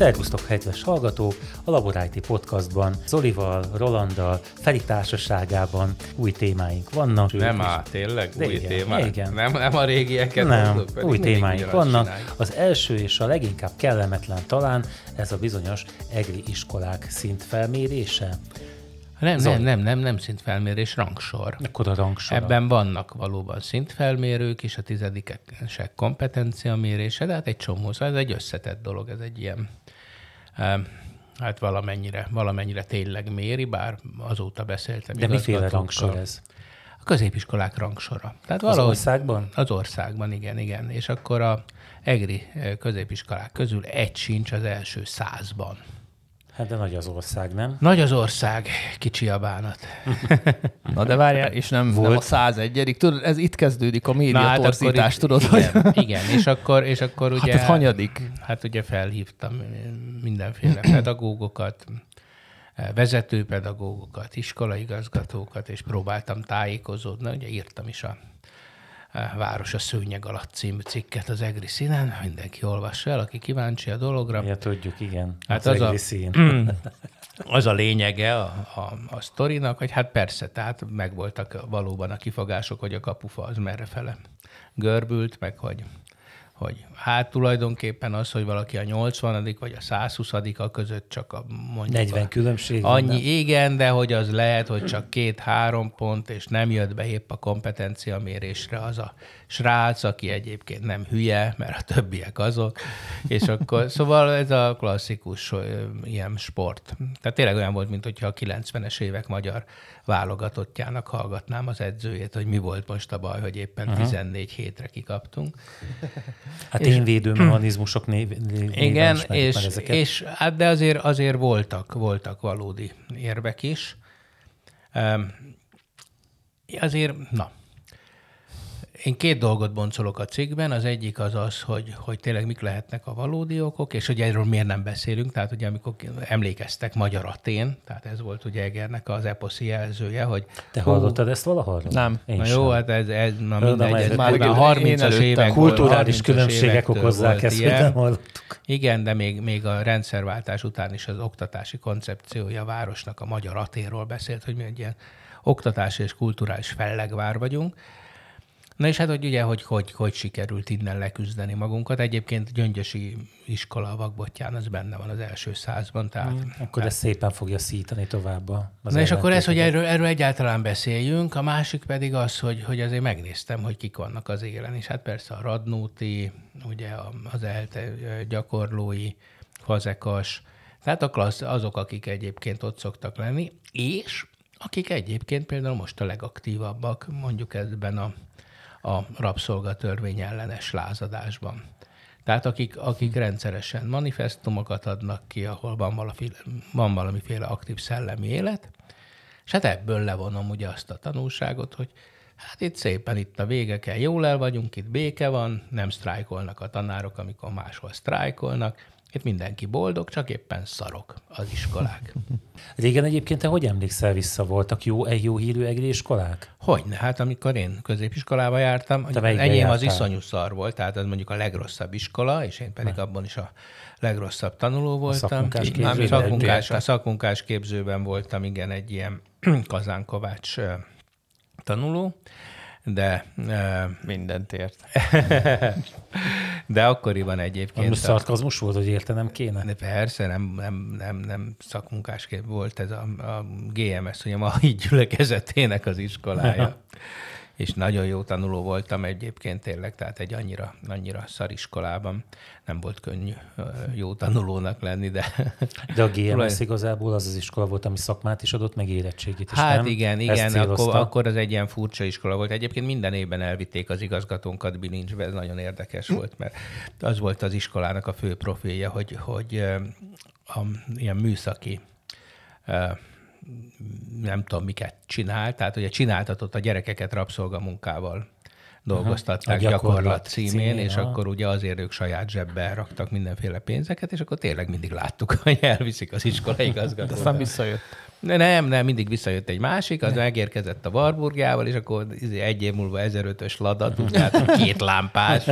Szervusztok, kedves hallgatók! A Labor IT Podcastban Zolival, Rolanddal, Feri társaságában új témáink vannak. Nem tényleg? Új témák? Igen. Nem a régieket? Nem, új témáink vannak. Csináljuk. Az első és a leginkább kellemetlen talán ez a bizonyos EGRI iskolák szintfelmérése. Nem szintfelmérés, rangsor. Akkor a rangsor. Ebben vannak valóban szintfelmérők is, a tizedikesek kompetenciamérése, de hát egy csomó, szóval ez egy összetett dolog, ez egy ilyen, hát valamennyire tényleg méri, bár azóta beszéltem. De miféle rangsor ez? A középiskolák rangsora. Tehát az országban? Az országban, igen. És akkor a EGRI középiskolák közül egy sincs az első 100-ban. Hát de nagy az ország, nem? Nagy az ország, kicsi a bánat. Na de várjál, és nem a 101-ig. Tudod, ez itt kezdődik a média torzítás, tudod? Igen, és akkor ugye... Hát ez hanyadik? Hát ugye felhívtam mindenféle pedagógokat, vezetőpedagógokat, iskolaigazgatókat, és próbáltam tájékozódni. Ugye írtam is a Város a szőnyeg alatt című cikket az EGRI színen. Mindenki olvassa el, aki kíváncsi a dologra. Ja, tudjuk, igen. Hát az EGRI szín. Az a lényege a sztorinak, hogy hát persze, tehát megvoltak valóban a kifogások, hogy a kapufa az merrefele görbült, meg hogy hát tulajdonképpen az, hogy valaki a 80. vagy a 120. között csak a mondjuk 40 különbség. Annyi, igen, de hogy az lehet, hogy csak 2-3 pont, és nem jött be épp a kompetenciamérésre az a srác, aki egyébként nem hülye, mert a többiek azok, és akkor, szóval ez a klasszikus ilyen sport. Tehát tényleg olyan volt, mint hogyha a 90-es évek magyar válogatottjának hallgatnám az edzőjét, hogy mi volt most a baj, hogy éppen 14 hétre kikaptunk. Hát én védőmechanizmusok igen, és hát de azért voltak valódi érvek is. Azért, én 2 dolgot boncolok a cikkben. Az egyik az, hogy tényleg mik lehetnek a valódi okok, és hogy erről miért nem beszélünk. Tehát ugye amikor emlékeztek Magyar Atén, tehát ez volt ugye Egernek az eposzi jelzője, hogy... Te hallottad ezt valahol? Nem. Na jó, hát ez mindegy, ez már 30-as évek kulturális különbségek okozzák ezt, hogy nem hallottuk. Igen, de még a rendszerváltás után is az oktatási koncepciója a városnak a Magyar Aténról beszélt, hogy mi egy ilyen oktatási és kulturális fellegvár vagyunk. Na és hát, hogy ugye, hogy sikerült innen leküzdeni magunkat. Egyébként Gyöngyösi iskola a Vakbottyán, az benne van az első 100-ban. Tehát, akkor ez szépen fogja szítani tovább. Na és akkor ez, hogy erről egyáltalán beszéljünk, a másik pedig az, hogy azért megnéztem, hogy kik vannak az élen. És hát persze a Radnóti, ugye az ELTE gyakorlói, Fazekas, tehát azok, akik egyébként ott szoktak lenni, és akik egyébként például most a legaktívabbak, mondjuk ebben a rabszolgatörvény ellenes lázadásban. Tehát akik rendszeresen manifesztumokat adnak ki, ahol van valamiféle aktív szellemi élet, és hát ebből levonom ugye azt a tanulságot, hogy hát itt szépen itt a vége kell, jól el vagyunk, itt béke van, nem sztrájkolnak a tanárok, amikor máshol sztrájkolnak, itt mindenki boldog, csak éppen szarok az iskolák. Régen egyébként te hogy emlékszel vissza? Voltak jó hírű EGRI iskolák? Hogyne, hát amikor én középiskolába jártam, enyém az iszonyú szar volt, tehát ez mondjuk a legrosszabb iskola, és én pedig abban is a legrosszabb tanuló voltam. A szakmunkás képzőben voltam, igen, egy ilyen Kazán Kovács tanuló, de... mindent ért. De akkoriban egyébként... Most szarkazmus volt, hogy értenem kéne? De persze, nem szakmunkásként volt ez a GMS, ugye ma így gyülekezetének az iskolája. És nagyon jó tanuló voltam egyébként tényleg, tehát egy annyira szar iskolában nem volt könnyű jó tanulónak lenni, de... De a GMS igazából az iskola volt, ami szakmát is adott, meg érettségit is, hát nem? Igen, akkor az egy ilyen furcsa iskola volt. Egyébként minden évben elvitték az igazgatónkat bilincsbe, ez nagyon érdekes volt, mert az volt az iskolának a fő profilja, hogy ilyen műszaki nem tudom, miket csinál, tehát ugye csináltatott a gyerekeket rabszolgamunkával dolgoztatták gyakorlat címén, és akkor ugye azért ők saját zsebbe raktak mindenféle pénzeket, és akkor tényleg mindig láttuk, hogy elviszik az iskolai igazgatót. Aztán visszajött. Nem, mindig visszajött egy másik, az megérkezett a Warburgával, és akkor egy év múlva 1005-ös Lada, tudjátok, 2 lámpás.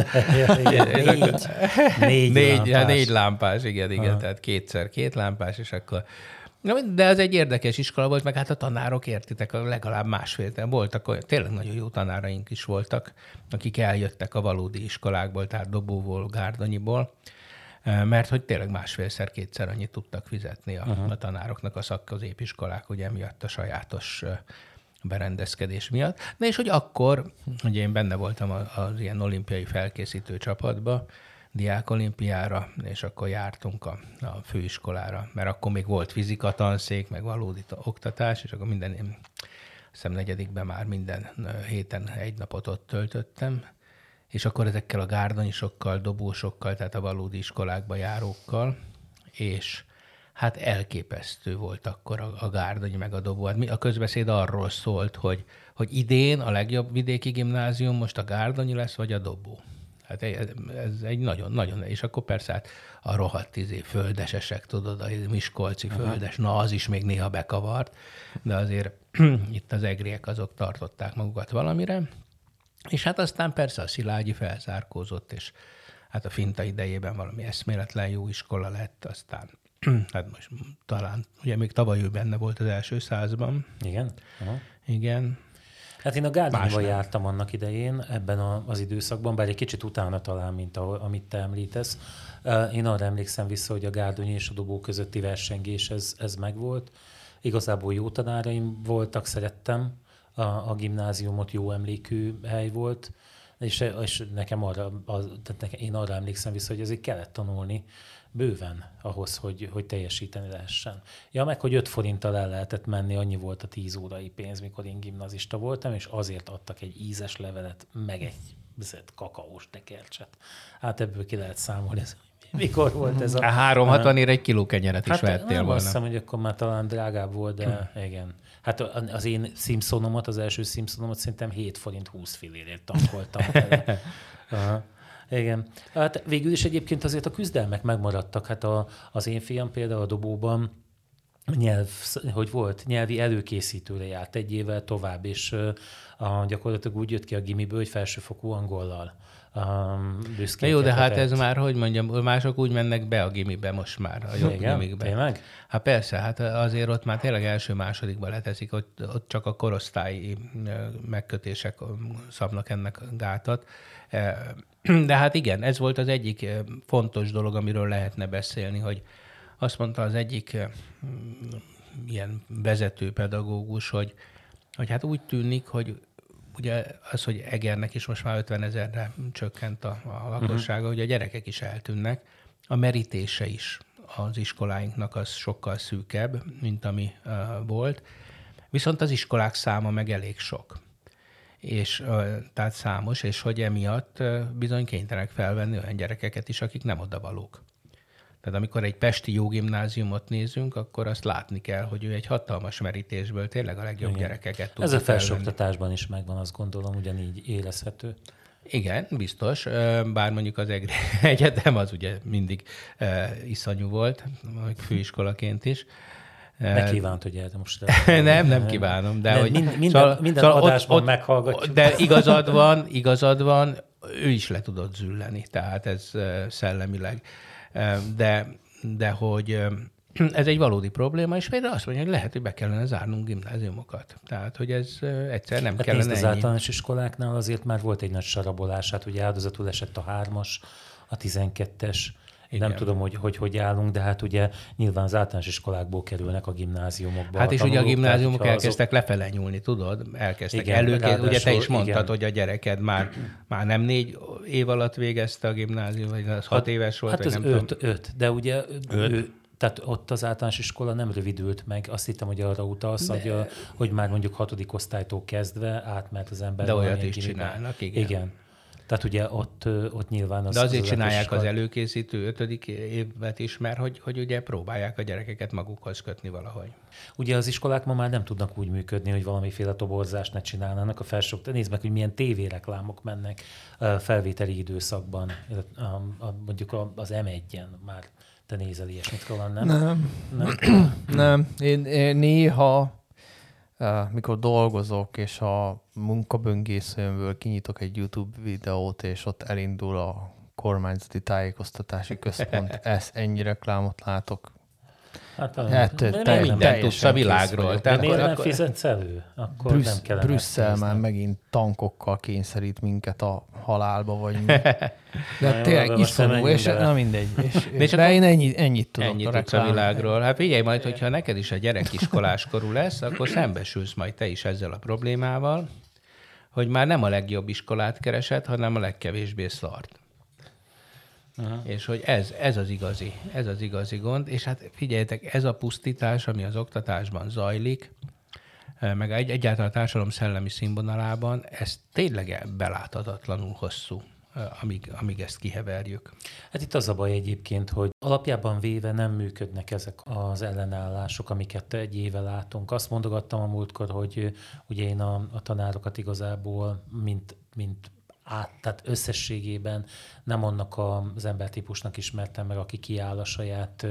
Négy lámpás, igen, tehát 2x2 lámpás, és akkor... De ez egy érdekes iskola volt, meg hát a tanárok, értitek, legalább másfél. Voltak, tényleg nagyon jó tanáraink is voltak, akik eljöttek a valódi iskolákból, tehát Dobóból, Gárdonyiból, mert hogy tényleg másfélszer-kétszer annyit tudtak fizetni a tanároknak a szakközépiskolák, ugye miatt a sajátos berendezkedés miatt. Na és hogy akkor, ugye én benne voltam az ilyen olimpiai felkészítő csapatba, diákolimpiára, és akkor jártunk a főiskolára, mert akkor még volt fizika tanszék, meg valódi oktatás, és akkor azt hiszem 4. már minden héten egy napot ott töltöttem, és akkor ezekkel a gárdonyisokkal, dobósokkal, tehát a valódi iskolákba járókkal, és hát elképesztő volt akkor a gárdonyi meg a dobó. Hát a közbeszéd arról szólt, hogy idén a legjobb vidéki gimnázium most a gárdonyi lesz, vagy a dobó. Hát ez egy nagyon-nagyon, és akkor persze hát a rohadt földesesek, tudod, a miskolci földes, na az is még néha bekavart, de azért itt az egriek azok tartották magukat valamire, és hát aztán persze a Szilágyi felzárkózott, és hát a Finta idejében valami eszméletlen jó iskola lett, aztán hát most talán, ugye még tavaly ő benne volt az első 100-ban. Igen? Aha. Igen. Hát én a Gárdonyival jártam annak idején, ebben az időszakban, bár egy kicsit utána talán, mint amit te említesz. Én arra emlékszem vissza, hogy a Gárdonyi és a dobó közötti versengés ez megvolt. Igazából jó tanáraim voltak, szerettem a gimnáziumot, jó emlékű hely volt, és nekem én arra emlékszem vissza, hogy azért kellett tanulni bőven ahhoz, hogy teljesíteni lehessen. Ja, meg hogy 5 forinttal el lehetett menni, annyi volt a 10 órai pénz, mikor én gimnazista voltam, és azért adtak egy ízes levelet, meg egy kakaós tekercset. Hát ebből ki lehet számolni, mikor volt ez a... 3,60-ért egy kiló kenyeret is vettél volna. Azt hiszem, hogy akkor már talán drágább volt, de igen. Hát az én Simpsonomat, az első Simpsonomat szerintem 7 forint 20 fillérért tankoltam. Igen. Hát végül is egyébként azért a küzdelmek megmaradtak. Hát az én fiam például a dobóban nyelvi előkészítőre járt 1 évvel tovább, és gyakorlatilag úgy jött ki a gimiből, hogy felsőfokú angollal büszkékedhetett. Jó, de hát ez már, hogy mondjam, mások úgy mennek be a gimibe most már, a jobb gimikbe. Tényleg? Hát persze, hát azért ott már tényleg első-másodikba leteszik, ott csak a korosztályi megkötések szabnak ennek gátat. De hát igen, ez volt az egyik fontos dolog, amiről lehetne beszélni, hogy azt mondta az egyik ilyen vezető pedagógus, hogy hát úgy tűnik, hogy ugye az, hogy Egernek is most már 50 000-re csökkent a lakossága, hogy a gyerekek is eltűnnek, a merítése is az iskoláinknak az sokkal szűkebb, mint ami volt, viszont az iskolák száma meg elég sok. És tehát számos, és hogy emiatt bizony kénytelenek felvenni olyan gyerekeket is, akik nem odavalók. Tehát amikor egy pesti jó gimnáziumot nézünk, akkor azt látni kell, hogy ő egy hatalmas merítésből tényleg a legjobb gyerekeket tudja. Ez a felsőoktatásban is megvan, azt gondolom, ugyanígy érezhető. Igen, biztos, bár mondjuk az EGRI Egyetem az ugye mindig iszonyú volt, főiskolaként is. Ne kívánt, hogy erre most... Nem kívánom, de hogy... Minden adásban meghallgatjuk. De igazad van, ő is le tudott zülleni, tehát ez szellemileg. De hogy ez egy valódi probléma, és például azt mondja, hogy lehet, hogy be kellene zárnunk gimnáziumokat. Tehát, hogy ez egyszer nem kellene ennyi. Az általános iskoláknál azért már volt egy nagy sarabolás, hát ugye áldozatul esett a 3-as, a 12-es, igen. Nem tudom, hogy állunk, de hát ugye nyilván az általános iskolákból kerülnek a gimnáziumokba. Hát és ugye a gimnáziumok elkezdtek lefele nyúlni, tudod? Elkezdtek ugye te is mondtad, hogy a gyereked már nem 4 év alatt végezte a gimnázium, vagy az 6 éves volt, hát vagy nem tudom. 5, de ugye tehát ott az általános iskola nem rövidült meg. Azt hittem, hogy arra utalsz, hogy már mondjuk 6. osztálytól kezdve átment az ember. De olyat is csinálnak, igen. Tehát ugye ott nyilván az... De azért csinálják az előkészítő 5. évet is, mert hogy ugye próbálják a gyerekeket magukhoz kötni valahogy. Ugye az iskolák ma már nem tudnak úgy működni, hogy valamiféle toborzást ne csinálnának a felsőoktatásban. Nézd meg, hogy milyen tévéreklámok mennek felvételi időszakban. Mondjuk az M1-en már Te nézel ilyesmit, Roland, nem? Nem. Én néha, mikor dolgozok, és a munkaböngészőmből kinyitok egy YouTube videót, és ott elindul a kormányzati tájékoztatási központ, ennyi reklámot látok. Mindent tudsz a világról. Tehát miért nem fizetsz elő? Akkor nem kellene. Brüsszel már megint tankokkal kényszerít minket a halálba, vagy mi. De tényleg iszonyú, és na mindegy. De én ennyit tudok ennyit tudsz a világról. Hát figyelj majd, hogyha neked is a gyerekiskolás korú lesz, akkor szembesülsz majd te is ezzel a problémával, hogy már nem a legjobb iskolát keresed, hanem a legkevésbé szart. Aha. És hogy ez az igazi gond, és hát figyeljetek, ez a pusztítás, ami az oktatásban zajlik, meg egyáltalán a társadalom szellemi színvonalában, ez tényleg beláthatatlanul hosszú, amíg ezt kiheverjük. Hát itt az a baj egyébként, hogy alapjában véve nem működnek ezek az ellenállások, amiket egy éve látunk. Azt mondogattam a múltkor, hogy ugye én a tanárokat igazából, mint tehát összességében nem annak az embertípusnak ismertem meg, aki kiáll a saját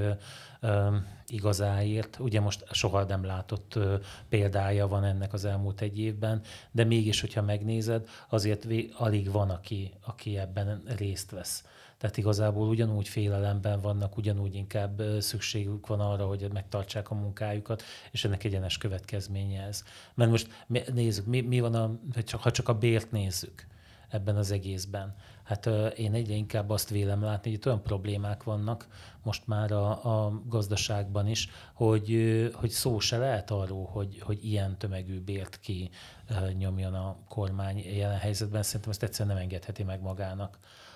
igazáért. Ugye most soha nem látott példája van ennek az elmúlt egy évben, de mégis, hogyha megnézed, azért alig van, aki ebben részt vesz. Tehát igazából ugyanúgy félelemben vannak, ugyanúgy inkább szükségük van arra, hogy megtartsák a munkájukat, és ennek egyenes következménye ez. Mert most nézzük, mi van, ha csak a bért nézzük ebben az egészben. Hát én egyre inkább azt vélem látni, hogy itt olyan problémák vannak most már a gazdaságban is, hogy szó se lehet arról, hogy ilyen tömegű bért ki nyomjon a kormány jelen helyzetben. Szerintem ezt egyszerűen nem engedheti meg magának.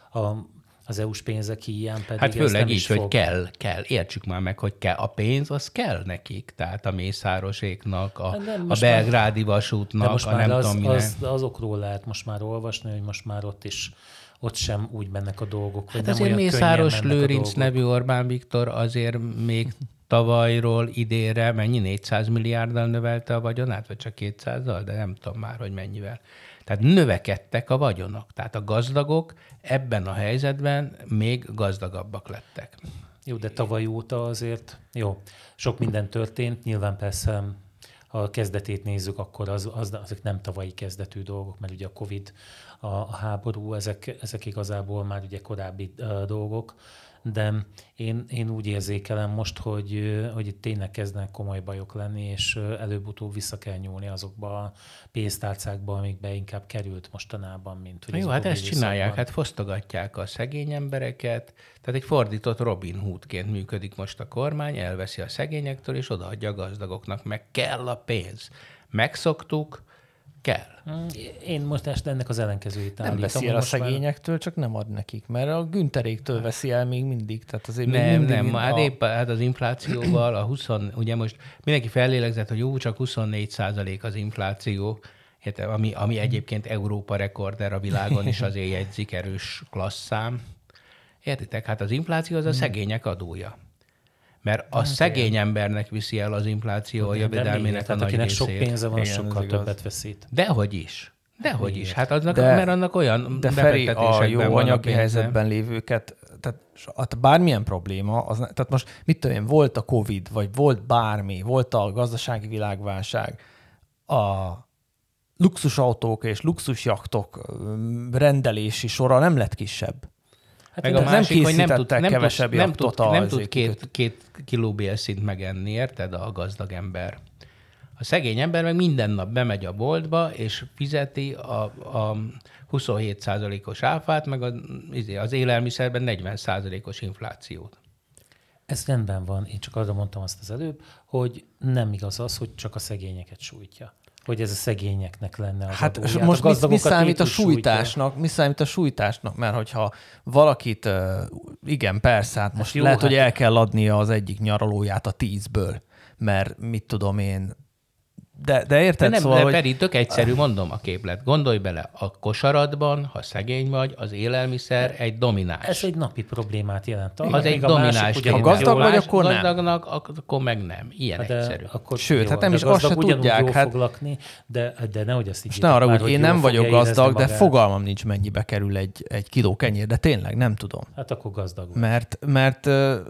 Az EU-s pénzek ilyen pedig hát főleg így, hogy kell. Értsük már meg, hogy kell. A pénz, az kell nekik. Tehát a Mészároséknak, a Belgrádi vasútnak, a nem tudom minek. Azokról lehet most már olvasni, hogy most már ott sem úgy mennek a dolgok. Hát azért Mészáros Lőrinc nevű Orbán Viktor azért még tavalyról idénre mennyi 400 milliárddal növelte a vagyonát, vagy csak 200-dal, de nem tudom már, hogy mennyivel. Tehát növekedtek a vagyonok. Tehát a gazdagok ebben a helyzetben még gazdagabbak lettek. Jó, de tavaly óta azért sok minden történt. Nyilván persze, ha a kezdetét nézzük, akkor azok nem tavalyi kezdetű dolgok, mert ugye a Covid, a háború, ezek igazából már ugye korábbi dolgok. De én úgy érzékelem most, hogy itt tényleg kezdenek komoly bajok lenni, és előbb-utóbb vissza kell nyúlni azokba a pénztárcákba, amikbe inkább került mostanában, mint hogy jó, hát ezt csinálják, hát fosztogatják a szegény embereket, tehát egy fordított Robin Hoodként működik most a kormány, elveszi a szegényektől, és odaadja a gazdagoknak, meg kell a pénz. Megszoktuk, kell. Én most ennek az ellenkezőjét állítom. Nem veszi el a szegényektől, csak nem ad nekik, mert a Günteréktől veszi el még mindig. Tehát azért nem, hát az inflációval, ugye most mindenki fellélegzett, hogy csak 24% az infláció, ami egyébként Európa rekorder a világon is azért jegyzik, erős klassz szám. Értitek? Hát az infláció az a szegények adója. Mert a szegény embernek viszi el az infláció a jövedelmének a nagy akinek részét. sok pénze van, sokkal többet veszít. Dehogy is. Hát mert annak olyan de Feri, a jó anyagi helyzetben lévőket, tehát bármilyen probléma, tehát most mit tudom én, volt a Covid, vagy volt bármi, volt a gazdasági világválság, a luxusautók és luxusjachtok rendelési sora nem lett kisebb. Hát meg a másik, hogy nem tud két kiló bélszint megenni, érted, a gazdag ember. A szegény ember meg minden nap bemegy a boltba, és fizeti a 27%-os áfát, meg az élelmiszerben 40%-os inflációt. Ez rendben van. Én csak arra mondtam azt az előbb, hogy nem igaz az, hogy csak a szegényeket sújtja. Hogy ez a szegényeknek lenne az adója. Hát most mi számít a sújtásnak? Mi számít a sújtásnak? Mert hogyha valakit, igen, persze, hát most lehet, hogy el kell adnia az egyik nyaralóját a 10-ből, mert mit tudom én, De érted, nem, szóval, Feri, tök egyszerű, mondom a képlet. Gondolj bele, a kosaradban, ha szegény vagy, az élelmiszer egy domináns. Ez egy napi problémát jelent. Az egy domináns. Ha gazdag vagy, akkor nem. Gazdagnak, akkor meg nem. Ilyen egyszerű. Akkor sőt, hát nem is azt se tudják. Hát fog lakni, de nehogy azt így. Ne arra, hogy én nem vagyok gazdag, de fogalmam nincs, mennyibe kerül egy kiló kenyér, de tényleg nem tudom. Hát akkor gazdag vagy. Mert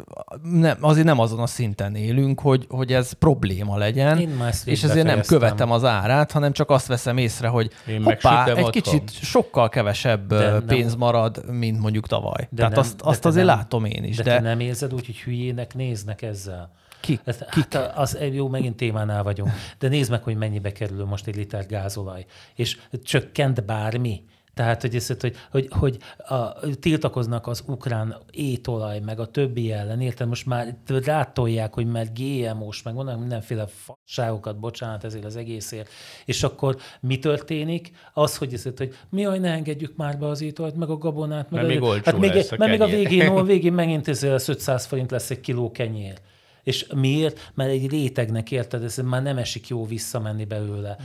nem, azért nem azon a szinten élünk, hogy ez probléma legyen, és ezért nem követem az árát, hanem csak azt veszem észre, hogy hoppá, egy kicsit sokkal kevesebb pénz marad, mint mondjuk tavaly. Tehát azt azért látom én is. De te nem érzed úgy, hogy hülyének néznek ezzel? Ki? Hát az jó, megint témánál vagyunk. De nézd meg, hogy mennyibe kerül most egy liter gázolaj. És csökkent bármi. Tehát, hogy tiltakoznak az ukrán étolaj, meg a többi ellen, érted? Most már rátolják, hogy mert GMO-s, meg mondanak mindenféle fasságokat, bocsánat ezért az egészért. És akkor mi történik? Az, hogy mi ne engedjük már be az étolajt, meg a gabonát. Meg még olcsó lesz a még a végén megint 500 forint lesz egy kiló kenyér. És miért? Mert egy rétegnek, érted, ez már nem esik jó visszamenni belőle.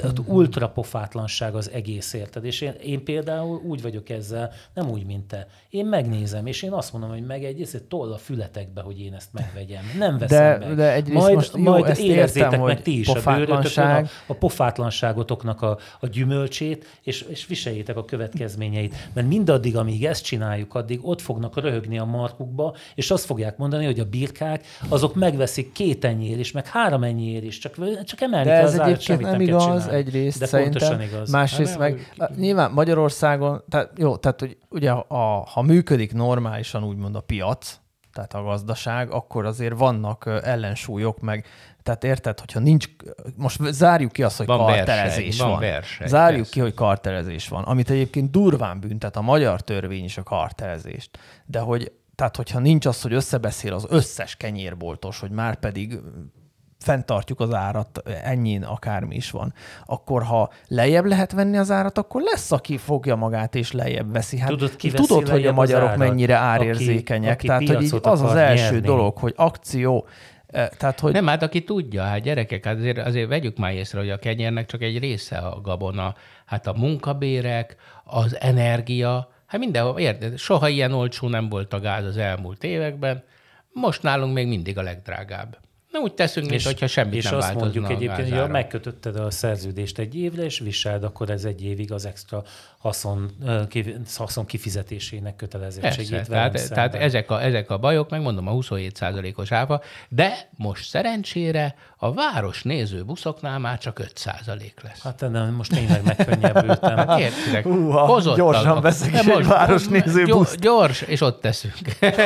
Ultrapofátlanság az egész, érted? És én például úgy vagyok ezzel, nem úgy, mint te. Én megnézem, és én azt mondom, hogy meg egy toll a fületekbe, hogy én ezt megvegyem. Nem veszem meg. De egyrészt majd érezzétek értem, meg ti is a bőrötökön a pofátlanságotoknak a gyümölcsét, és viseljétek a következményeit. Mert mindaddig, amíg ezt csináljuk, addig ott fognak röhögni a markukba, és azt fogják mondani, hogy a birkák azok megveszik 2 ennyér is, meg 3 ennyir is, csak emelni kell az árat, semmit nem kell csinálni. Egyrészt de szerintem, igaz. Másrészt meg nyilván Magyarországon, tehát hogy ugye ha működik normálisan úgymond a piac, tehát a gazdaság, akkor azért vannak ellensúlyok, meg tehát érted, hogyha nincs, most zárjuk ki azt, hogy kartelezés van. Zárjuk ki, hogy kartelezés van, amit egyébként durván büntet a magyar törvény is a kartelezést, de tehát, hogyha nincs az, hogy összebeszél az összes kenyérboltos, hogy már pedig fenntartjuk az árat, ennyin akármi is van, akkor ha lejjebb lehet venni az árat, akkor lesz, aki fogja magát és lejjebb veszi. Hát tudod hogy a magyarok mennyire árérzékenyek. Aki tehát, hogy így az első nyerni. dolog, hogy akció. Tehát, hogy... Nem, hát aki tudja, hát gyerekek, hát azért vegyük már észre, hogy a kenyérnek csak egy része a gabona. Hát a munkabérek, az energia, hát mindenhol, érted? Soha ilyen olcsó nem volt a gáz az elmúlt években, most nálunk még mindig a legdrágább. Na úgy teszünk, mintha semmit nem változna. És azt mondjuk egyébként, hogy megkötötted a szerződést egy évre, és viseled, akkor ez egy évig az extra haszon kifizetésének kötelezettségét. Tehát ezek a bajok, megmondom, a 27%-os áfa, de most szerencsére a városnéző buszoknál már csak 5% lesz. Hát nem, most tényleg megkönnyebbültem. Hát értitek, gyorsan veszek is egy városnéző buszt. Gyors, és ott teszünk.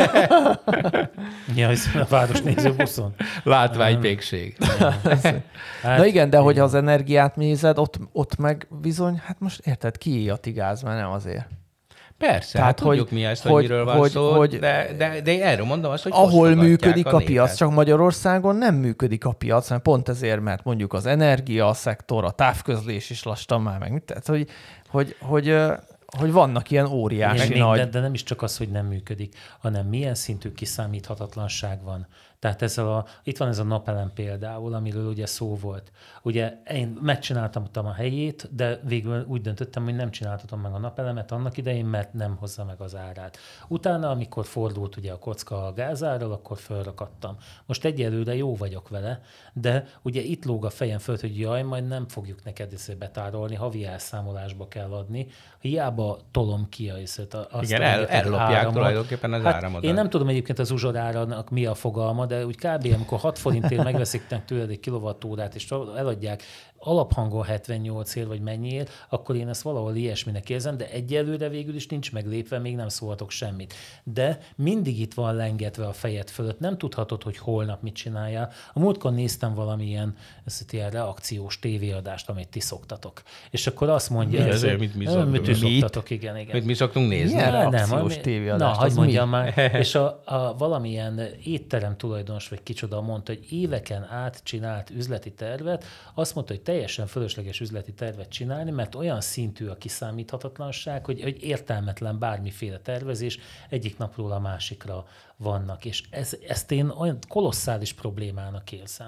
Ja, a városnéző buszon. Látványpékség. Na igen, de hogy az energiát nézed, ott meg bizony, hát most érted, ki a tigáz, mert nem azért. Persze, tehát tudjuk mi ezt, hogy miről van szó, de erről mondom azt, hogy ahol működik a piac, csak Magyarországon nem működik a piac, mert pont ezért, mert mondjuk az energiaszektor, a távközlés is lassan már meg. Tehát, hogy vannak ilyen óriási nagy... De nem is csak az, hogy nem működik, hanem milyen szintű kiszámíthatatlanság van. Tehát itt van ez a napelem például, amiről ugye szó volt. Ugye én megcsináltam a helyét, de végül úgy döntöttem, hogy nem csináltatom meg a napelemet annak idején, mert nem hozza meg az árát. Utána, amikor fordult ugye a kocka a gázárral, akkor fölrakadtam. Most egyelőre jó vagyok vele, de ugye itt lóg a fejem föl, hogy jaj, majd nem fogjuk neked ezt betárolni, havi elszámolásba kell adni. Hiába tolom ki azt. Igen, ellopják tulajdonképpen az áramot. Én nem tudom egyébként az uzsoráranak mi a fogalma, de úgy kb. Amikor 6 forintért megveszik tőled egy kilowattórát, és eladják alaphangon 78 ér, vagy mennyiért, akkor én ezt valahol ilyesminek érzem, de egyelőre végül is nincs meglépve, még nem szóltok semmit. De mindig itt van lengetve a fejed fölött, nem tudhatod, hogy holnap mit csináljál. A múltkor néztem valamilyen ilyen reakciós tévéadást, amit ti szoktatok. És akkor azt mondja... Mit szoktatok, igen. Mit mi szoktunk nézni? Milyen reakciós tévéadást? Na, hagyd mondjam már. És a valamilyen étterem tulajdonos, vagy kicsoda mondta, hogy éveken át csinált üzleti tervet, azt mondta, hogy teljesen fölösleges üzleti tervet csinálni, mert olyan szintű a kiszámíthatatlanság, hogy értelmetlen bármiféle tervezés egyik napról a másikra vannak. És ezt én olyan kolosszális problémának érzem.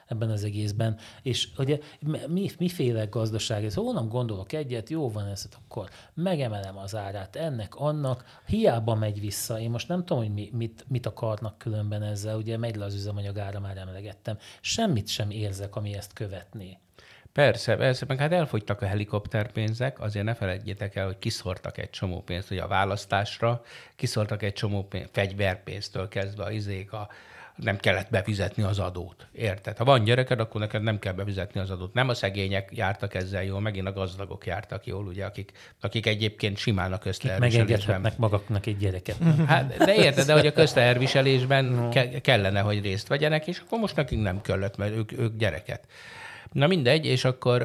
ebben az egészben. És ugye miféle gazdaság ez? Honnan gondolok egyet, jó van ez, akkor megemelem az árát ennek, annak, hiába megy vissza. Én most nem tudom, hogy mit akarnak különben ezzel, ugye megy le az üzemanyagára, már emlegettem. Semmit sem érzek, ami ezt követné. Persze, meg hát elfogytak a helikopterpénzek, azért ne feledjétek el, hogy kiszórtak egy csomó pénzt ugye a választásra, kiszórtak egy csomó fegyverpénztől kezdve nem kellett befizetni az adót. Érted? Ha van gyereked, akkor neked nem kell befizetni az adót. Nem a szegények jártak ezzel jól, megint a gazdagok jártak jól, ugye, akik egyébként simán a közteherviselésben... Megengedhetnek maguknak egy gyereket. Hát, de érted, de hogy a közteherviselésben kellene, hogy részt vegyenek, és akkor most nekik nem kellett, mert ők gyereket. Na mindegy, és akkor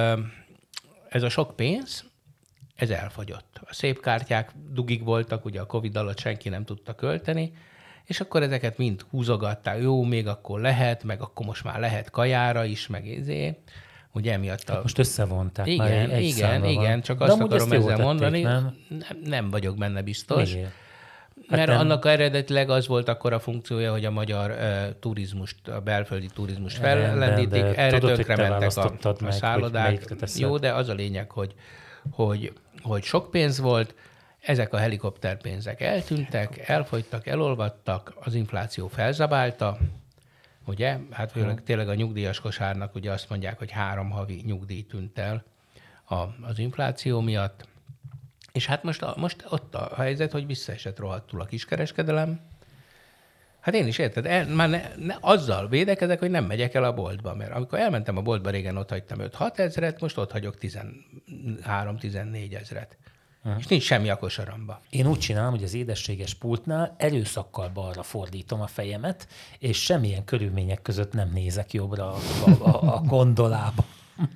ez a sok pénz, ez elfogyott. A szép kártyák dugig voltak, ugye a Covid alatt senki nem tudta költeni, és akkor ezeket mind húzogatták, jó, még akkor lehet, meg akkor most már lehet kajára is, meg ugye emiatt hát most összevonták, igen, csak azt akarom ezzel mondani, nem vagyok benne biztos. Miért? Mert annak eredetileg az volt akkor a funkciója, hogy a magyar turizmust, a belföldi turizmust fellendítik, erre tönkrementek a szállodák. Jó, de az a lényeg, hogy sok pénz volt, ezek a helikopterpénzek eltűntek, elfogytak, elolvadtak, az infláció felzabálta, ugye? Hát tényleg a nyugdíjas kosárnak ugye azt mondják, hogy 3 havi nyugdíj tűnt el az infláció miatt. És hát most ott a helyzet, hogy visszaesett rohadtul a kiskereskedelem. Hát én is érted, már azzal védekezek, hogy nem megyek el a boltba, mert amikor elmentem a boltba, régen ott hagytam 5-6 ezret, most ott hagyok 13-14 ezret. És nincs semmi a kosaramba. Én úgy csinálom, hogy az édességes pultnál erőszakkal balra fordítom a fejemet, és semmilyen körülmények között nem nézek jobbra a gondolába.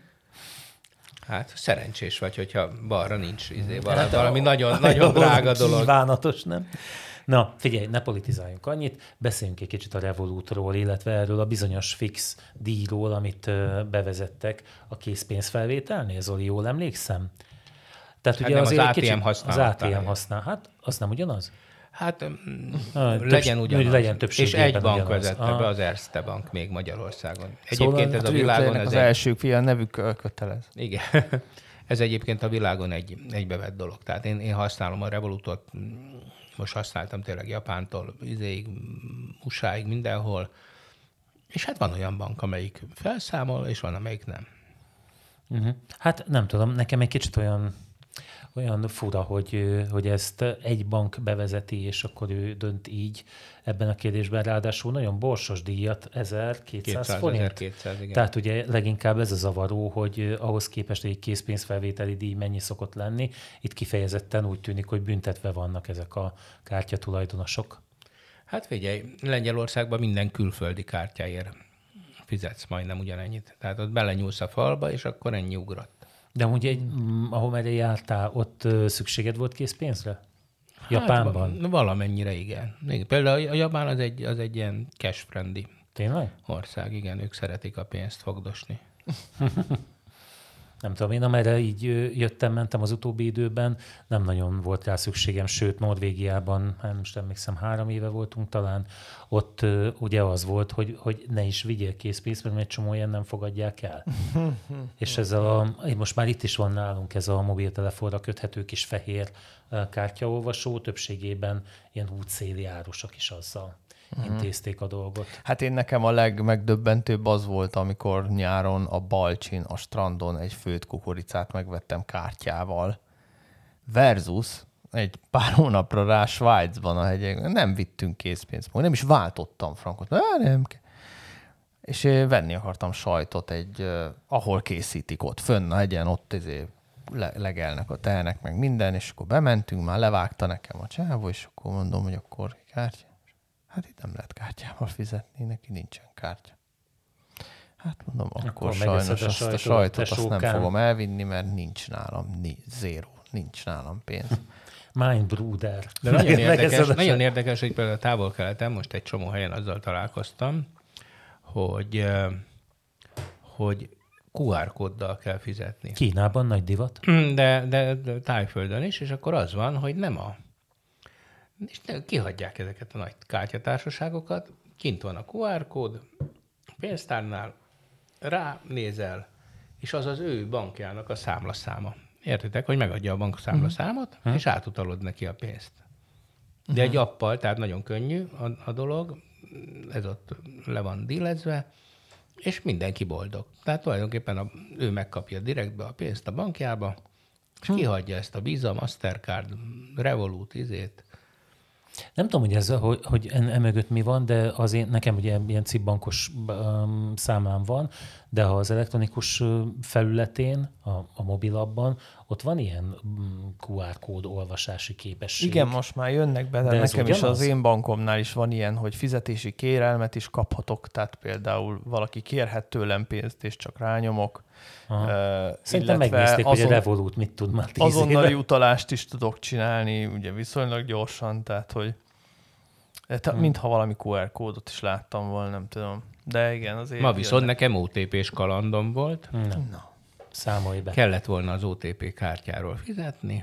Hát szerencsés vagy, hogyha balra nincs valami nagyon, nagyon drága dolog. Kívánatos, nem? Na, figyelj, ne politizáljunk annyit, beszéljünk egy kicsit a Revolutról, illetve erről a bizonyos fix díjról, amit bevezettek a készpénzfelvételnél. Zoli, jól emlékszem? Tehát hát ugye azért az ATM használatán. Az ATM használ. Hát, az nem ugyanaz? Hát legyen ugyanaz. Legyen többségében. És egy bank vezette be, az Erste Bank még Magyarországon. Egyébként szóval ez a világon az elsők, a nevük kötelez. Igen. Ez egyébként a világon egy bevett dolog. Tehát én használom a Revolutot, most használtam tényleg Japántól, USA-ig, mindenhol. És hát van olyan bank, amelyik felszámol, és van, amelyik nem. Hát nem tudom, nekem egy kicsit olyan fura, hogy ezt egy bank bevezeti, és akkor ő dönt így ebben a kérdésben. Ráadásul nagyon borsos díjat, 1200 forint. 1200, igen. Tehát ugye leginkább ez a zavaró, hogy ahhoz képest egy készpénzfelvételi díj mennyi szokott lenni. Itt kifejezetten úgy tűnik, hogy büntetve vannak ezek a kártyatulajdonosok. Hát figyelj, Lengyelországban minden külföldi kártyáért fizetsz majdnem ugyanennyit. Tehát ott belenyúlsz a falba, és akkor ennyi ugrott. De ugye, ahol merre jártál, ott szükséged volt készpénzre? Japánban? Hát, valamennyire igen. Például a Japán az egy ilyen cash-friendly ország. Igen, ők szeretik a pénzt fogdosni. Nem tudom, én amerre így mentem az utóbbi időben, nem nagyon volt rá szükségem, sőt Norvégiában, most emlékszem, 3 éve voltunk talán, ott ugye az volt, hogy ne is vigyél készpénzt, mert egy csomó ilyen nem fogadják el. És ezzel most már itt is van nálunk ez a mobiltelefonra köthető kis fehér kártyaolvasó, többségében ilyen útszéli árusok is azzal intézték a dolgot. Hát én nekem a legmegdöbbentőbb az volt, amikor nyáron a Balcsin, a strandon egy főtt kukoricát megvettem kártyával, versus egy pár hónapra rá Svájcban a hegyekben. Nem vittünk készpénzt, nem is váltottam frankot. Nem. És venni akartam sajtot ahol készítik ott, fönn a hegyen, ott legelnek a tehenek, meg minden, és akkor bementünk, már levágta nekem a csávó, és akkor mondom, hogy akkor kártya. Hát itt nem lehet kártyával fizetni, neki nincsen kártya. Hát mondom, akkor sajnos azt a sajtot azt nem fogom elvinni, mert nincs nálam, nincs nálam pénz. Mindbruder. De nagyon érdekes, hogy például a Távol-Keleten most egy csomó helyen azzal találkoztam, hogy QR kóddal kell fizetni. Kínában nagy divat. De Tájföldön is, és akkor az van, hogy és kihagyják ezeket a nagy kártyatársaságokat, kint van a QR kód, pénztárnál ránézel, és az ő bankjának a számlaszáma. Értitek, hogy megadja a bank számlaszámot, és átutalod neki a pénzt. De egy appal, tehát nagyon könnyű a dolog, ez ott le van dílezve, és mindenki boldog. Tehát tulajdonképpen ő megkapja direktbe a pénzt a bankjába, és kihagyja ezt a Visa, Mastercard, Revolut, Nem tudom, hogy ez, hogy emögött mi van, de azért nekem ugye ilyen CIP-bankos számlám van, de ha az elektronikus felületén, a mobilabban, ott van ilyen QR kód olvasási képesség. Igen, most már jönnek be, de nekem is az én bankomnál is van ilyen, hogy fizetési kérelmet is kaphatok, tehát például valaki kérhet tőlem pénzt, és csak rányomok. Szerintem megnézték, hogy a Revolut mit tud már 10 azonnali utalást is tudok csinálni, ugye viszonylag gyorsan, tehát hogy mintha valami QR kódot is láttam volna, nem tudom. De igen, azért... Ma viszont nekem OTP-s kalandom volt. Na, számolj be. Kellett volna az OTP kártyáról fizetni,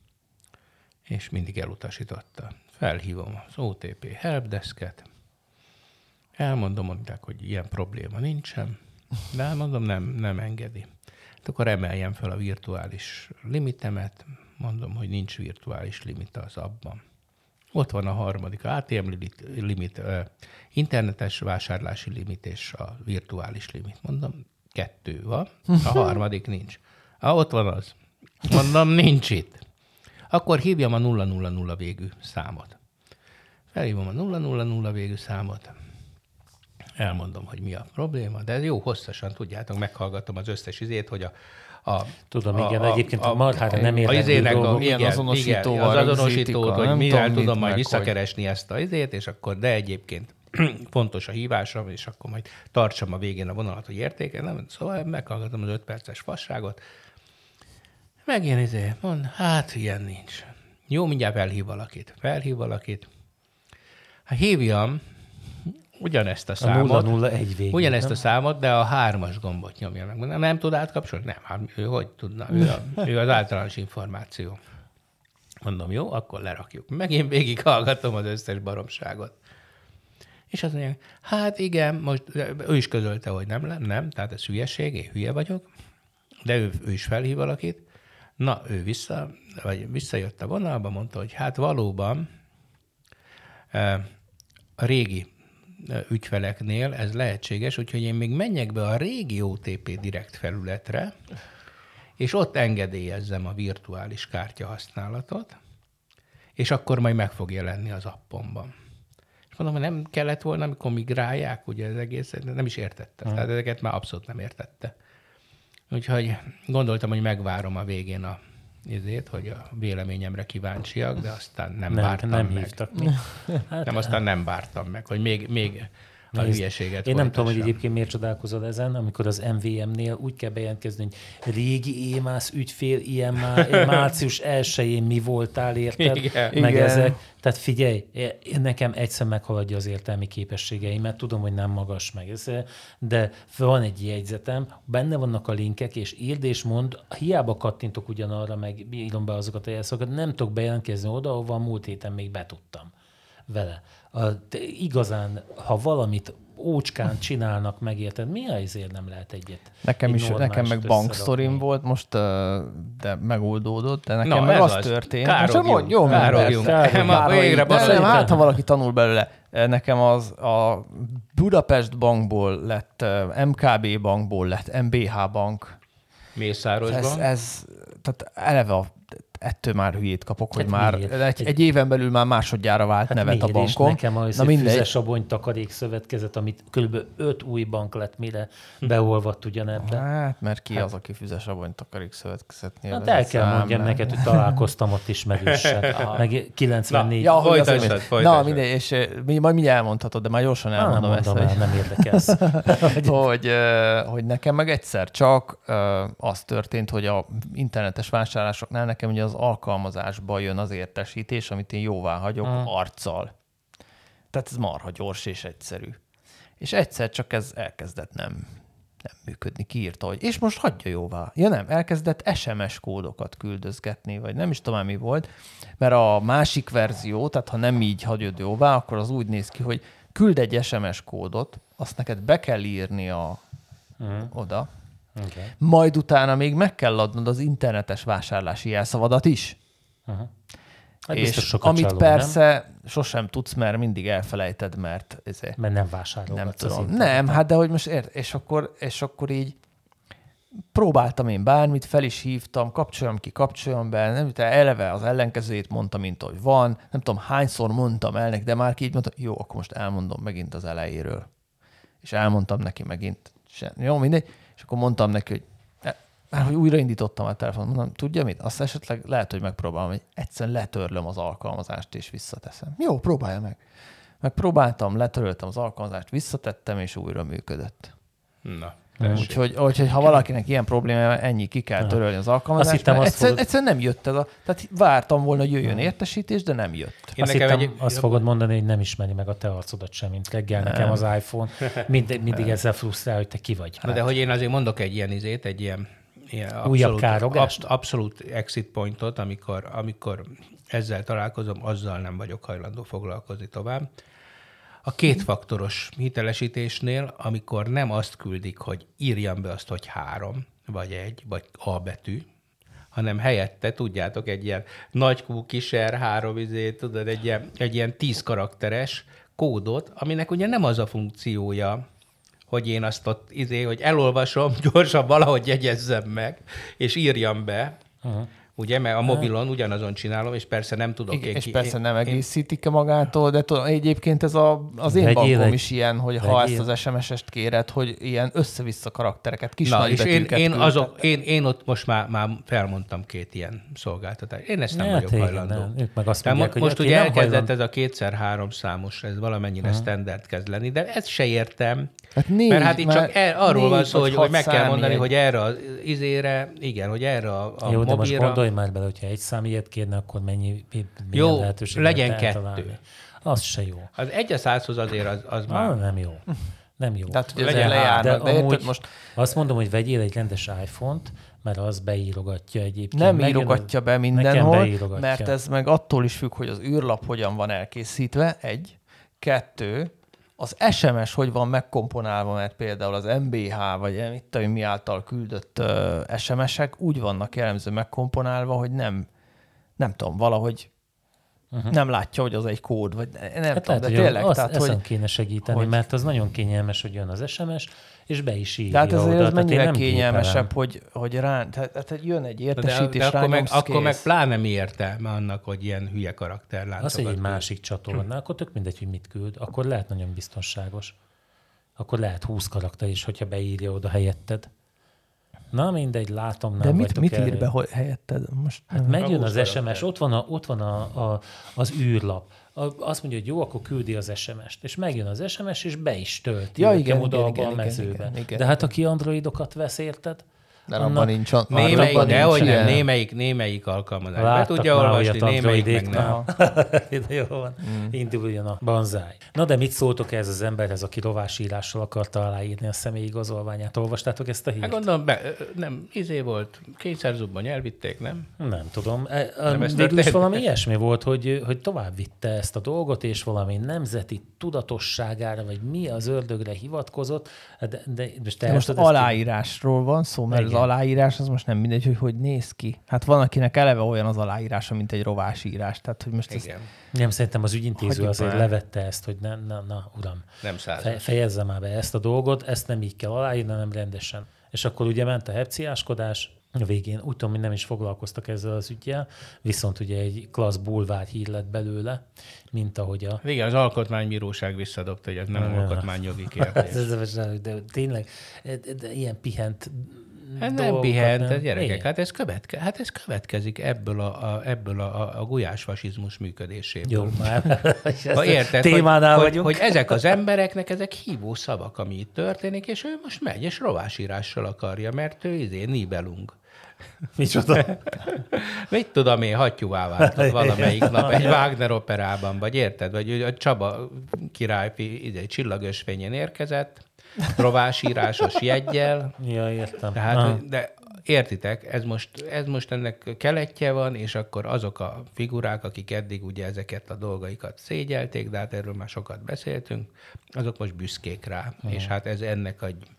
és mindig elutasította. Felhívom az OTP helpdesket, elmondom, mondták, hogy ilyen probléma nincsen, de elmondom, nem engedi. Hát akkor emeljem fel a virtuális limitemet, mondom, hogy nincs virtuális limit az abban. Ott van a harmadik, a ATM limit, internetes vásárlási limit és a virtuális limit. Mondom, 2 van, a harmadik nincs. Ott van az. Mondom, nincs itt. Akkor hívjam a 000 végű számot. Felhívom a 000 végű számot, elmondom, hogy mi a probléma, de jó, hosszasan tudjátok, meghallgatom az összes izét, hogy Tudom, igen, egyébként a marhára nem érhető dolgok. Igen, az azonosítót, hogy mivel tudom majd visszakeresni ezt a izét, és akkor, de egyébként fontos a hívásom, és akkor majd tartsam a végén a vonalat, hogy értékelem. Szóval meghallgatom az 5 perces fasságot. Megint mond, hát ilyen nincs. Jó, mindjárt felhív valakit. Hát hívjam ugyanezt a számot. 001 végén. Ugyanezt a számot, de a 3-as gombot nyomja meg. Nem tud átkapcsolni? Nem, hát ő hogy tudna? Ő az általános információ. Mondom, jó, akkor lerakjuk. Megint végighallgatom az összes baromságot. És azt mondja, hát igen, most ő is közölte, hogy nem, tehát ez hülyeség, én hülye vagyok, de ő is felhív valakit. Na, ő visszajött a vonalba, mondta, hogy hát valóban a régi ügyfeleknél ez lehetséges, úgyhogy én még menjek be a régi OTP direkt felületre, és ott engedélyezzem a virtuális kártya használatot, és akkor majd meg fog jelenni az appomban. És mondom, hogy nem kellett volna, amikor migrálják, ugye az egész, nem is értette. Tehát ezeket már abszolút nem értette. Úgyhogy gondoltam, hogy megvárom a végén hogy a véleményemre kíváncsiak, de aztán nem vártam meg. Hívtak. Aztán nem vártam meg, hogy még a hülyeséget Én nem tudom, hogy egyébként miért csodálkozol ezen, amikor az MVM-nél úgy kell bejelentkezni, hogy régi émász ügyfél, ilyen március 1-én mi voltál, érted? Igen. Ezek. Tehát figyelj, nekem egyszer meghaladja az értelmi képességeimet, tudom, hogy nem magas meg, de van egy jegyzetem, benne vannak a linkek, és írd és mondd, hiába kattintok ugyanarra, meg írom be azokat a jelszokat, nem tudok bejelentkezni oda, ahova a múlt héten még betudtam vele. Igazán, ha valamit ócskán csinálnak, megérted, mi azért nem lehet egyet? Nekem meg banksztorim volt most, de megoldódott, de nekem meg az történt. Károgjunk. Hát, ha valaki tanul belőle. Nekem a Budapest bankból lett, MKB bankból lett MBH bank. Mészárosban. Tehát eleve ettől már hülyét kapok, hogy már egy éven belül már másodjára vált nevet a bankom. Nekem az Füzesabony Takarék Szövetkezet, amit kb. 5 új bank lett, mire beolvadt ugyanebben. Hát, mert ki az, aki Füzesabony Takarék Szövetkezetnél hát el kell mondjam neked, hogy találkoztam ott ismerőssel. Meg 94. Na, mindegy, és majd mindjárt elmondhatod, de már gyorsan elmondom ezt. Nem érdekelsz. hogy nekem meg egyszer csak az történt, hogy a internetes vásárlásoknál nekem ugye az alkalmazásba jön az értesítés, amit én jóvá hagyok arccal. Tehát ez marha gyors és egyszerű. És egyszer csak ez elkezdett nem működni, kiírta, hogy és most hagyja jóvá. Ja nem, elkezdett SMS kódokat küldözgetni, vagy nem is tudom, mi volt, mert a másik verzió, tehát ha nem így hagyod jóvá, akkor az úgy néz ki, hogy küld egy SMS kódot, azt neked be kell írni a oda. Okay. Majd utána még meg kell adnod az internetes vásárlási jelszavadat is. Hát és amit csaló, persze sosem tudsz, mert mindig elfelejted, mert nem vásárolgatsz. Nem tudom. Nem, hát de hogy most és akkor így próbáltam én bármit, fel is hívtam, kapcsoljam be, nem, eleve az ellenkezőjét mondtam, mint hogy van, nem tudom hányszor mondtam el neki, de már így mondtam, jó, akkor most elmondom megint az elejéről. És elmondtam neki megint. Jó, mindegy. És akkor mondtam neki, hogy hogy újraindítottam a telefont, mondom, tudja mit? Azt esetleg lehet, hogy megpróbálom, hogy egyszerűen letörlöm az alkalmazást, és visszateszem. Jó, próbálja meg. Megpróbáltam, letöröltem az alkalmazást, visszatettem, és újra működött. Na. Úgyhogy ha valakinek ilyen problémája, ennyi ki kell törölni az alkalmazást, egyszerűen nem jött ez a... Tehát vártam volna, hogy jöjjön értesítés, de nem jött. Azt fogod mondani, hogy nem ismeri meg a te arcodat sem, mint reggel nekem az iPhone. mindig ezzel frusztrál, hogy te ki vagy. De hogy én azért mondok egy ilyen újabb károgást? Abszolút exit pointot, amikor ezzel találkozom, azzal nem vagyok hajlandó foglalkozni tovább. A kétfaktoros hitelesítésnél, amikor nem azt küldik, hogy írjam be azt, hogy 3, vagy 1, vagy A betű, hanem helyette, tudjátok, egy ilyen nagy Q, kis R, 3, tudod, egy ilyen 10 karakteres kódot, aminek ugye nem az a funkciója, hogy én azt ott, hogy elolvasom, gyorsan valahogy jegyezzem meg, és írjam be, ugye, mert a mobilon ugyanazon csinálom, és persze nem tudok... És persze nem egészítik magától, de tudom, egyébként ez az én bankom is ilyen, hogy ha ezt az SMS-est kéred, hogy ilyen össze-vissza karaktereket, kis nagy betűket én ott most már felmondtam 2 ilyen szolgáltatást. Én ezt nem vagyok hajlandó. Ők meg azt mondják, hogy most ugye elkezdett ez a 2x3 számos, ez valamennyire standard kezd lenni, de ezt se értem. Hát mert hát itt csak arról van szó, hogy meg kell mondani, hogy erre az izére, igen, hogy erre a jó, mobilra... de most gondolj már bele, hogyha egy szám ilyet kérne, akkor milyen jó, lehetőség legyen 2. Az se jó. Az 1-100-hoz azért az már... Nem jó. Nem jó. Tehát, hogy ezzel lejárnak, de érted most... Azt mondom, hogy vegyél egy rendes iPhone-t, mert az beírogatja egyébként. Nem írogatja be mindenhol, mert ez meg attól is függ, hogy az űrlap hogyan van elkészítve, 1. 2. Az SMS hogy van megkomponálva, mert például az MBH, vagy mit tudom, mi által küldött SMS-ek úgy vannak jellemző megkomponálva, hogy nem tudom, valahogy nem látja, hogy az egy kód, vagy nem tudom, de tényleg. Ezen kéne segíteni, mert az nagyon kényelmes, hogy jön az SMS, és be is írja. De hát azért ez mennyire kényelmesebb, hogy tehát jön egy értesítés, akkor meg pláne mi értelme annak, hogy ilyen hülye karakterláncokat. Az, hogy egy másik csatorna, akkor tök mindegy, hogy mit küld, akkor lehet nagyon biztonságos. Akkor lehet 20 karakter is, hogyha beírja oda helyetted. Na mindegy, látom, nem de mit ír be helyetted? Most hát megjön az SMS, ott van az űrlap. Azt mondja, hogy jó, akkor küldi az SMS-t. És megjön az SMS, és be is tölti. Ja, igen, a mezőbe. Igen. De hát aki androidokat vesz, érted? De abban nincs. Némelyik alkalmazás. Be tudja olvasni, némelyik meg nem. De jó van. Induljon a banzáj. Na de mit szóltok ez az emberhez, aki rovásírással akarta aláírni a személyigazolványát? Olvastátok ezt a hírt? Hát gondolom, nem, volt, kényszerzubban elvitték, nem? Nem tudom. Végül is valami ilyesmi volt, hogy tovább vitte ezt a dolgot, és valami nemzeti tudatosságára, vagy mi az ördögre hivatkozott. De most aláírásról van szó, mert az aláírás az most nem mindegy, hogy néz ki. Hát van, akinek eleve olyan az aláírása, mint egy rovásírás. Tehát, hogy most ezt... Nem, szerintem az ügyintéző azért levette ezt, hogy na, uram, nem fejezze már be ezt a dolgot, ezt nem így kell aláírni, hanem rendesen. És akkor ugye ment a hepciáskodás, a végén úgy tudom, hogy nem is foglalkoztak ezzel az üggyel, viszont ugye egy klassz bulvár hír lett belőle, mint ahogy a... Igen, az alkotmánybíróság visszadobta, hogy ez nem alkotmányjogi kérdés. De tényleg de ilyen pihent nem pihent, de gyerekek, hát ez következik ebből a gulyásfasizmus működéséből. Jó, már érted, témánál vagyunk. Hogy ezek az embereknek, ezek hívó szavak, ami itt történik, és ő most megy, és rovásírással akarja, mert ő Nibelung. Micsoda? Mit tudom én, hattyúvá váltott valamelyik nap egy Wagner operában, vagy érted? Vagy a Csaba király csillagösvényen érkezett, rovásírásos jeggyel. Ja, értem. Tehát, de értitek, ez most ennek keletje van, és akkor azok a figurák, akik eddig ugye ezeket a dolgaikat szégyelték, de hát erről már sokat beszéltünk, azok most büszkék rá. És hát ez ennek egy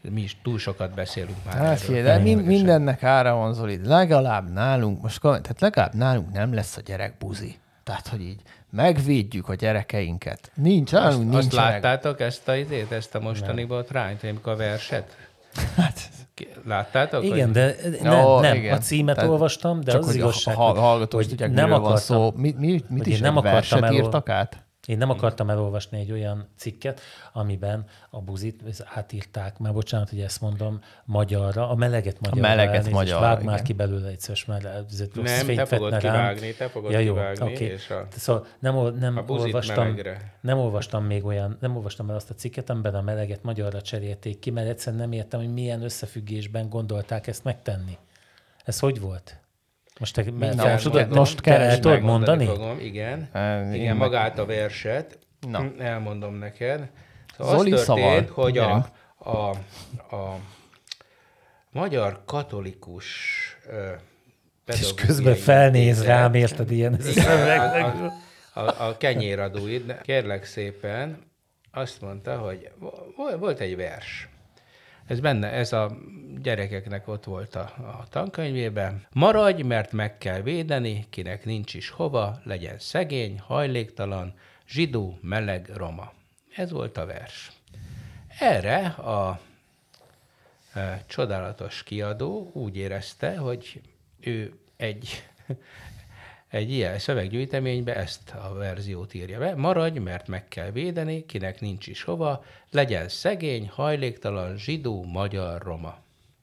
Mi is túl sokat beszélünk már. Hát de mindennek ára van, Zoli. Legalább nálunk nem lesz a gyerek buzi. Tehát, hogy így megvédjük a gyerekeinket. Azt láttátok ezt a mostani botrányt, amikor a verset? Láttátok? Igen, de nem. Igen. A címet olvastam, de csak az igazság, hogy tudják, nem akartam, szó. Mit is nem verset írtak át? Én nem akartam elolvasni egy olyan cikket, amiben a buzit átírták, már bocsánat, hogy ezt mondom, magyarra, a meleget magyarra. Vág már ki belőle egyszer, mert nem, te fogod kivágni, Okay. És szóval nem olvastam el azt a cikket, amiben a meleget magyarra cserélték ki, mert egyszerűen nem értem, hogy milyen összefüggésben gondolták ezt megtenni. Ez hogy volt? Most tudod mondani? Fogom. Igen, magát a verset. Elmondom neked. Szóval az történt, hogy a magyar katolikus és közben felnéz rám, érted ilyen szövegnek. A kenyéradóid, kérlek szépen, azt mondta, hogy volt egy vers. Ez a gyerekeknek ott volt a tankönyvében. Maradj, mert meg kell védeni, kinek nincs is hova, legyen szegény, hajléktalan, zsidó, meleg, roma. Ez volt a vers. Erre a csodálatos kiadó úgy érezte, hogy ő egy ilyen szöveggyűjteménybe ezt a verziót írja be. Maradj, mert meg kell védeni, kinek nincs is hova, legyen szegény, hajléktalan, zsidó, magyar, roma.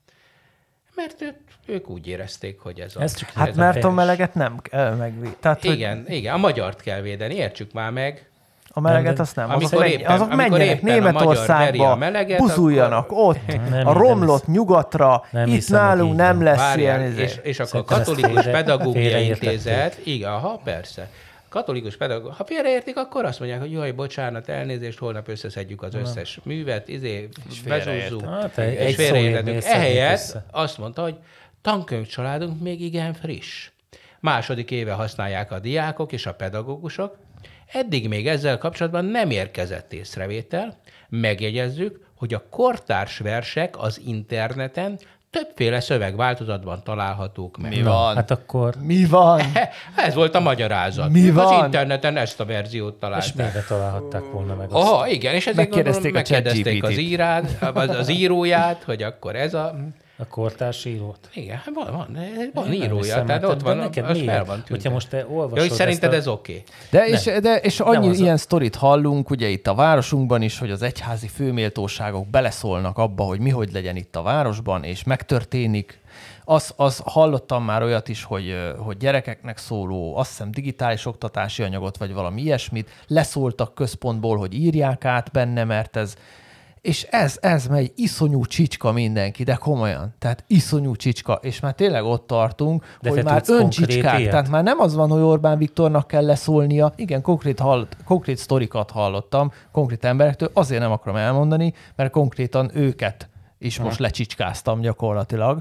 Mert ők úgy érezték, hogy ez a... Hát mert a meleget nem kell megvédeni. Igen, a magyart kell védeni, értsük már meg. A meleget azt nem. Azok menjenek Németországba, buzuljanak ott, a romlott nyugatra, itt nálunk nem lesz ilyen. És akkor a Katolikus Pedagógiai Intézet, igen, persze. Katolikus pedagógus, ha félreértik, akkor azt mondják, hogy jaj, bocsánat, elnézést, holnap összeszedjük az összes művet, bezúzzuk, és félreértettük. Ehelyett azt mondta, hogy tankönyvcsaládunk még igen friss. Második éve használják a diákok és a pedagógusok. Eddig még ezzel kapcsolatban nem érkezett észrevétel. Megjegyezzük, hogy a kortárs versek az interneten többféle szövegváltozatban találhatók meg. Mi van? Hát akkor... Mi van? Ez volt a magyarázat. Mi van? Az interneten ezt a verziót találták. És miért találhatták volna meg azt? Aha, igen, és ezért megkérdezték az íróját, hogy akkor ez a... A kortárs írót? Igen, van írója, tehát ott van, az fel van tűnve. Hogyha most te olvasod hogy szerinted ez oké? És annyi ilyen sztorit hallunk, ugye itt a városunkban is, hogy az egyházi főméltóságok beleszólnak abba, hogy mi hogy legyen itt a városban, és megtörténik. Az hallottam már olyat is, hogy gyerekeknek szóló, azt hiszem digitális oktatási anyagot, vagy valami ilyesmit, leszóltak központból, hogy írják át benne, mert ez... És ez megy, iszonyú csicska mindenki, de komolyan. Tehát iszonyú csicska, és már tényleg ott tartunk, de hogy már öncsicskák. Tehát már nem az van, hogy Orbán Viktornak kell leszólnia. Igen, konkrét sztorikat hallottam, konkrét emberektől, azért nem akarom elmondani, mert konkrétan őket is most lecsicskáztam gyakorlatilag,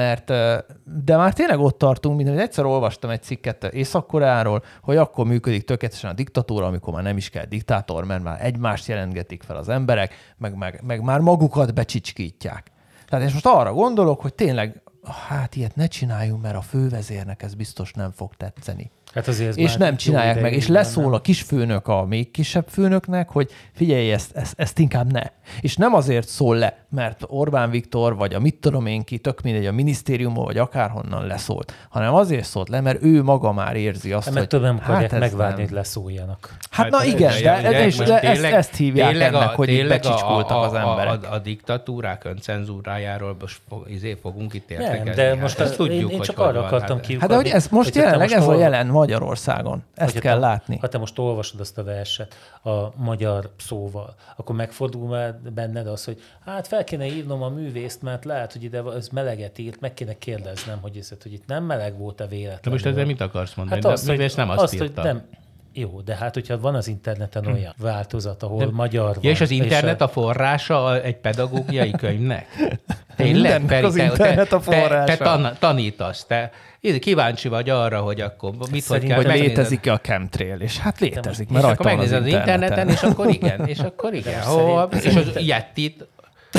de már tényleg ott tartunk, mint hogy egyszer olvastam egy cikket Észak-Koreáról, hogy akkor működik tökéletesen a diktatúra, amikor már nem is kell diktátor, mert már egymást jelentgetik fel az emberek, meg már magukat becsicskítják. Tehát és most arra gondolok, hogy tényleg, hát ilyet ne csináljunk, mert a fővezérnek ez biztos nem fog tetszeni. Hát azért és nem csinálják meg, és leszól a kisfőnök a még kisebb főnöknek, hogy figyelj, ezt inkább ne. És nem azért szól le, mert Orbán Viktor, vagy a mit tudom én ki, tök mindegy, a minisztériumból, vagy akárhonnan leszólt, hanem azért szólt le, mert ő maga már érzi azt, hogy többen akarják megvárni, hogy leszóljanak. Hát na igen, de ezt hívják ennek, hogy itt becsicskultak az emberek. A diktatúrák öncenzúrájáról most fogunk itt értekezni. Nem, de most ezt tudjuk, én csak arra akartam kiukadni. Hát de hogy ez most jelenleg ez a jelen Magyarországon. Ezt kell látni. Ha te most olvasod azt a verset a magyar szóval, akkor megfordul benned az, hogy hát fel kéne írnom a művészt, mert lehet, hogy ide ez meleget írt, meg kéne kérdeznem, hogy itt nem meleg volt a véletlenül. De most ezzel mit akarsz mondani? Hát a művész nem azt írta. Nem. Jó, de hát, hogyha van az interneten olyan változat, ahol magyar van. És az internet a forrása egy pedagógiai könyvnek? Tényleg, az internet a forrása. Te tanítasz, te kíváncsi vagy arra, hogy akkor mit hogy kell megnézni. Létezik-e a chemtrail, és hát létezik, mert rajta van az interneten. És akkor igen. És az Yettit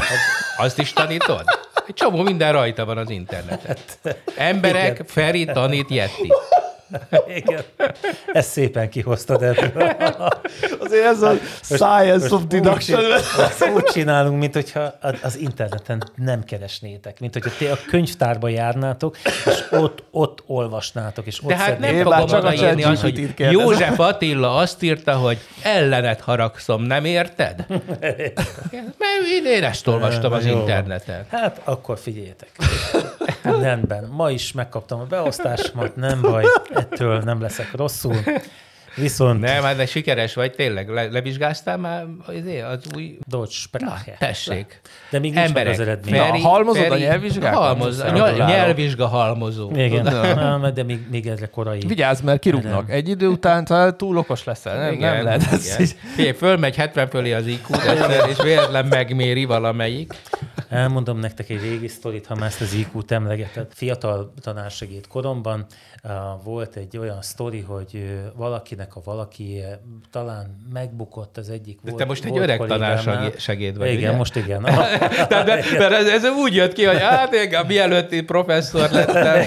Azt is tanítod? Egy csomó minden rajta van az interneten. Emberek, igen. Feri tanít Yeti. Igen. Ezt szépen kihoztad ebből. Azért ez a science of deduction. Úgy csinálunk, mint hogyha az interneten nem keresnétek. Mint hogyha ti a könyvtárba járnátok, és ott olvasnátok. És ott de hát nem fogom odaírni azt, hogy József Attila azt írta, hogy ellened haragszom, nem érted? Mert én ezt olvastam az interneten. Hát akkor figyeljetek. Rendben. Ma is megkaptam a beosztásomat, nem baj, ettől nem leszek rosszul. Viszont... Nem, de sikeres vagy, tényleg. Levizsgáztál már az új... Deutsche Sprache. Tessék. De még nincs meg az eredmény. Halmozod a nyelvvizsgákat? Nyelvvizsga halmozó. Igen, de még ezre korai. Vigyázz, mert kirúgnak. Egy idő után túl okos leszel. Nem lehet. Figyelj, fölmegy 70 fölé az IQ, és véletlen megméri valamelyik. Elmondom nektek egy régi sztorit, ha már ezt az IQ-t emlegeted. Fiatal tanársegéd koromban volt egy olyan sztori, hogy valakinek a valaki talán megbukott az egyik. De te most egy öreg tanársegéd vagy, igen, ugye? Most igen. Mert ez úgy jött ki, hogy hát igen, mielőtt professzor lettem.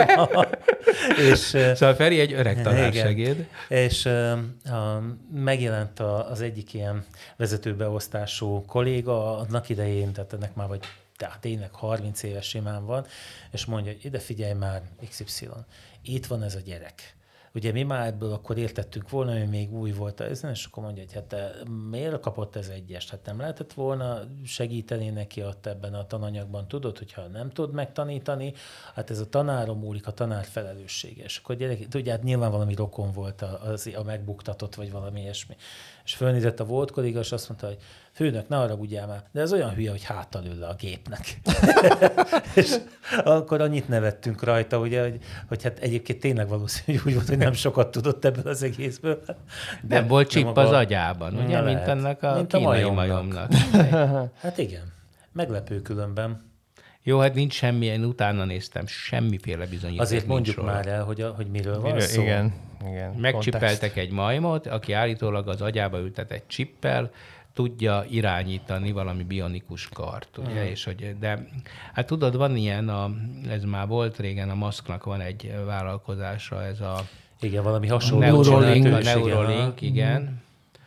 Szóval Feri egy öreg tanársegéd. És megjelent az egyik ilyen vezetőbeosztású kolléga annak idején, tehát ennek már vagy tényleg 30 éves simán van, és mondja, hogy ide figyelj már, XY, itt van ez a gyerek. Ugye mi már ebből akkor értettünk volna, hogy még új volt ezen, és akkor mondja, hogy hát miért kapott ez egyest? Hát nem lehetett volna segíteni neki ott ebben a tananyagban, tudod, hogyha nem tud megtanítani, hát ez a tanáron múlik, a tanár felelőssége. És akkor gyerek, ugye hát nyilván valami rokon volt a megbuktatott, vagy valami ilyesmi. És fölnézett a volt kolléga, és azt mondta, hogy főnök, ne haragudjál már, de ez olyan hülye, hogy háttal ül le a gépnek. És akkor annyit nevettünk rajta, ugye, hogy hát egyébként tényleg valószínű, hogy úgy volt, hogy nem sokat tudott ebből az egészből. De nem volt csipp az agyában, ugye, mint ennek a kínai majomnak. Hát igen, meglepő különben. Jó, hát nincs semmi, én utána néztem, semmiféle bizonyíték. Azért mondjuk már el, hogy miről van szó. Igen. Megcsippeltek egy majmot, aki állítólag az agyába ültetett csippel, tudja irányítani valami bionikus kart, ugye? És de hát tudod, van ilyen, ez már volt régen, a Musknak van egy vállalkozása, ez a... Igen, valami hasonló. Neuralink, igen.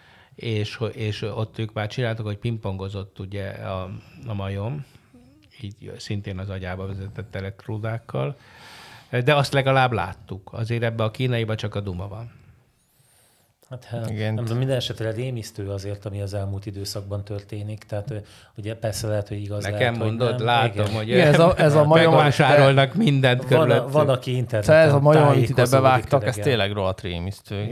És ott ők már csináltak, hogy pingpongozott ugye a majom, így szintén az agyába vezetett elektródákkal, de azt legalább láttuk. Azért ebbe a kínaiba csak a duma van. Hát nem tudom, minden esetre rémisztő azért, ami az elmúlt időszakban történik. Tehát ugye persze lehet, hogy igaz nekem lehet, mondod, hogy nem. látom, igen. hogy igen, ez a majom, megvásárolnak mindent körülöttük. Van, aki interneten ez a majom, amit ide bevágtak, ez reggel. tényleg rohadt rémisztő.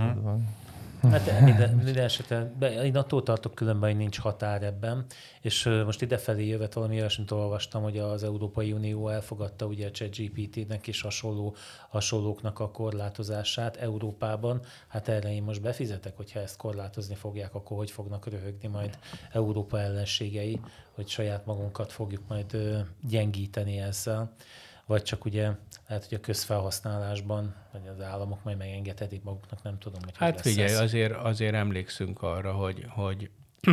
Hát minden esetben, én attól tartok különben, hogy nincs határ ebben, és most idefelé jövet valami olyasmit olvastam, hogy az Európai Unió elfogadta ugye a ChatGPT-nek és hasonlóknak a korlátozását Európában. Hát erre én most befizetek, hogyha ezt korlátozni fogják, akkor hogy fognak röhögni majd Európa ellenségei, hogy saját magunkat fogjuk majd gyengíteni ezzel. Vagy csak ugye lehet, hogy a közfelhasználásban, vagy az államok majd megengedhetik maguknak, nem tudom, hogy hát figyelj, azért emlékszünk arra, hogy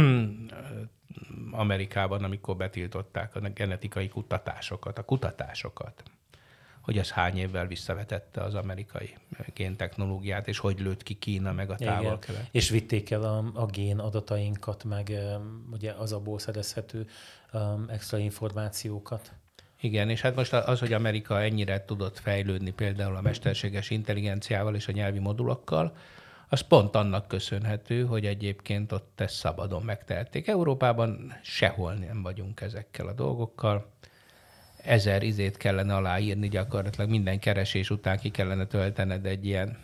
Amerikában, amikor betiltották a genetikai kutatásokat, hogy az hány évvel visszavetette az amerikai géntechnológiát, és hogy lőtt ki Kína meg a Távol-Kelet. És vitték el a gén adatainkat, meg ugye az abból szerezhető extra információkat. Igen, és hát most az, hogy Amerika ennyire tudott fejlődni például a mesterséges intelligenciával és a nyelvi modulokkal, az pont annak köszönhető, hogy egyébként ott ezt szabadon megtehették. Európában sehol nem vagyunk ezekkel a dolgokkal. 1000 izét kellene aláírni, gyakorlatilag minden keresés után ki kellene töltened egy ilyen...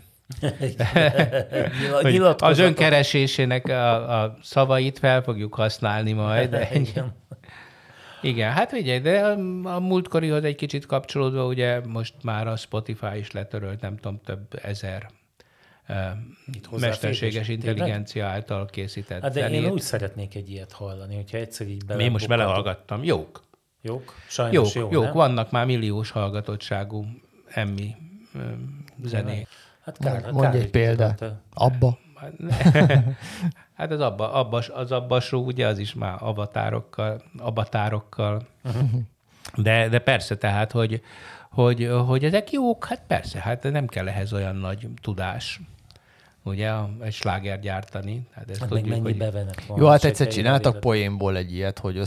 az önkeresésének a szavait fel fogjuk használni majd. Igen, hát figyelj, de a múltkorihoz egy kicsit kapcsolódva, ugye most már a Spotify is letörölt, nem tudom, több ezer mesterséges intelligencia által készített hát de zenét. én úgy szeretnék egy ilyet hallani, hogyha egyszer így bele. Én most belehallgattam. Jók. Sajnos jók. Vannak már milliós hallgatottságú Emmy zenék. Hát mondj egy példát. Abba. Hát az abbasó, ugye az is már avatárokkal. De persze, tehát, hogy ezek jók, hát persze, hát nem kell ehhez olyan nagy tudás, ugye, egy slágert gyártani. Hát ezt tudjuk, mennyi hogy... bevenet van. Jó, hát egyszer csináltak poénból egy ilyet, hogy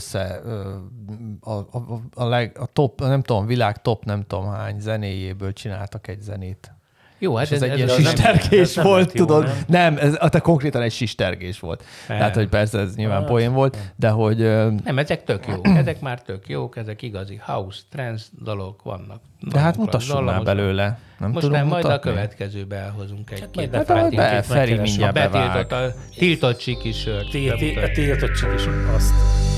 a top, nem tudom, világ top nem tudom hány zenéjéből csináltak egy zenét. Jó, hát ez egy ilyen sistergés volt, tudod? Nem, ez konkrétan egy sistergés volt. Tehát, hogy persze ez nyilván poén volt, de hogy... Nem, ezek tök jók. Ezek már tök jók, ezek igazi house, trance dalok vannak. De hát mutassuk már belőle. Nem most tudom nem, majd mutatni? a következőbe elhozunk egy-két. Hát Feri mindjárt bevág. Tiltott csikisört. Tiltott csikisört, azt.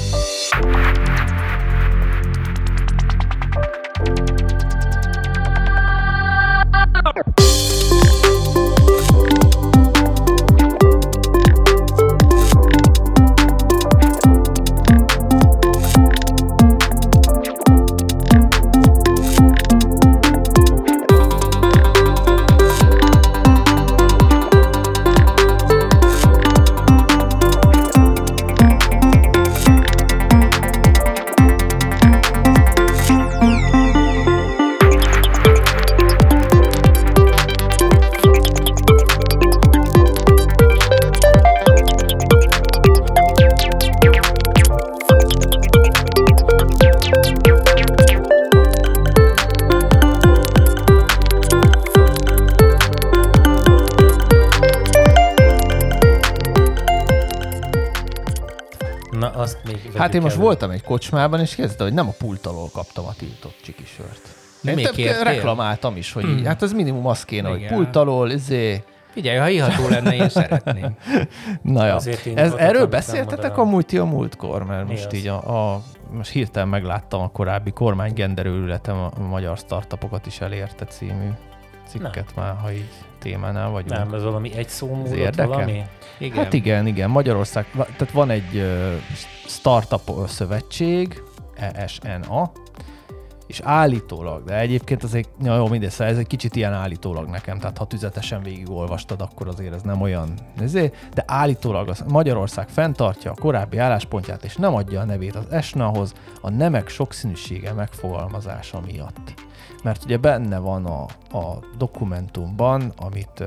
Hát én most voltam egy kocsmában, és kezdte, hogy nem a pult alól kaptam a tiltott csikisört. Én reklamáltam is, hogy így, hát az minimum az kéne, hogy pult alól, Figyelj, ha iható lenne, én szeretném. Na ja. Erről beszéltetek amúgy ti a múltkor, mert most így most hirtelen megláttam a korábbi kormánygenderőületem a magyar startupokat is elérte című cikket már, ha így témánál vagyunk. Nem, ez valami egy szó múlott valami? Igen. Hát igen. Magyarország, tehát van egy startup szövetség, ESNA, és állítólag, de egyébként az egy, jó, mindegy, ez egy kicsit ilyen állítólag nekem, tehát ha tüzetesen végigolvastad, akkor azért ez nem olyan, de állítólag Magyarország fenntartja a korábbi álláspontját, és nem adja a nevét az ESNA-hoz a nemek sokszínűsége megfogalmazása miatt. Mert ugye benne van a dokumentumban, amit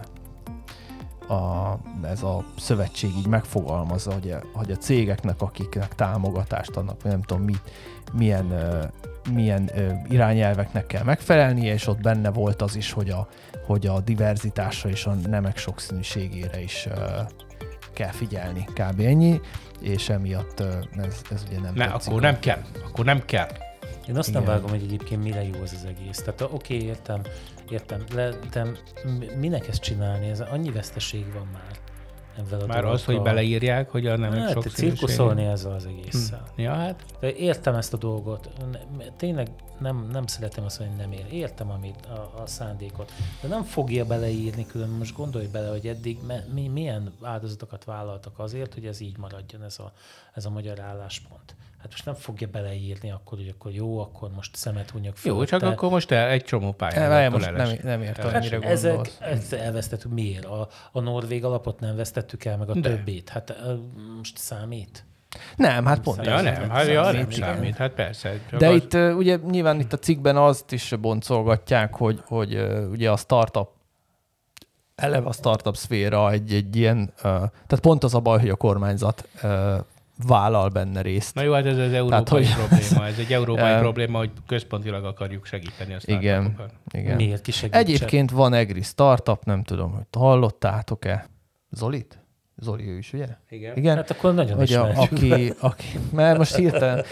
ez a szövetség így megfogalmazza, hogy a cégeknek, akiknek támogatást adnak, nem tudom milyen irányelveknek kell megfelelnie, és ott benne volt az is, hogy a diverzitásra és a nemek sokszínűségére is kell figyelni, kb. Ennyi, és emiatt ez ugye nem tetszik. Akkor nem kell. Én azt nem vágom, hogy egyébként mire jó az egész. Tehát oké, értem, de minek ezt csinálni? Ez annyi veszteség van már. Már az, hogy beleírják, hogy a nemek sokszínűség. Cirkuszolni ezzel az egésszel. Ja, hát. De értem ezt a dolgot. Tényleg nem szeretem azt, hogy nem értem a szándékot. De nem fogja beleírni, különben most gondolj bele, hogy eddig milyen áldozatokat vállaltak azért, hogy ez így maradjon, ez a magyar álláspont. Hát most nem fogja beleírni akkor, hogy akkor jó, akkor most szemet hunyok fel. Jó, csak akkor most egy csomó pályán. Most nem értem, mire gondolsz. Ezt elvesztettük. Miért? A norvég alapot nem vesztettük el, meg a többit. Hát most számít? Nem, hát pont. Nem számít, hát persze. De itt ugye nyilván itt a cikkben azt is boncolgatják, hogy ugye a startup eleve a startup szféra egy ilyen, tehát pont az a baj, hogy a kormányzat vállal benne részt. Na jó, hát ez az európai probléma. Ez egy európai probléma, hogy központilag akarjuk segíteni a startupokat. Igen. Miért ki segítsen? Egyébként van egri startup, nem tudom, hogy hallottátok-e. Zolit? Zoli ő is, ugye? Igen. Hát akkor nagyon ismerjük. Aki, mert most hirtelen,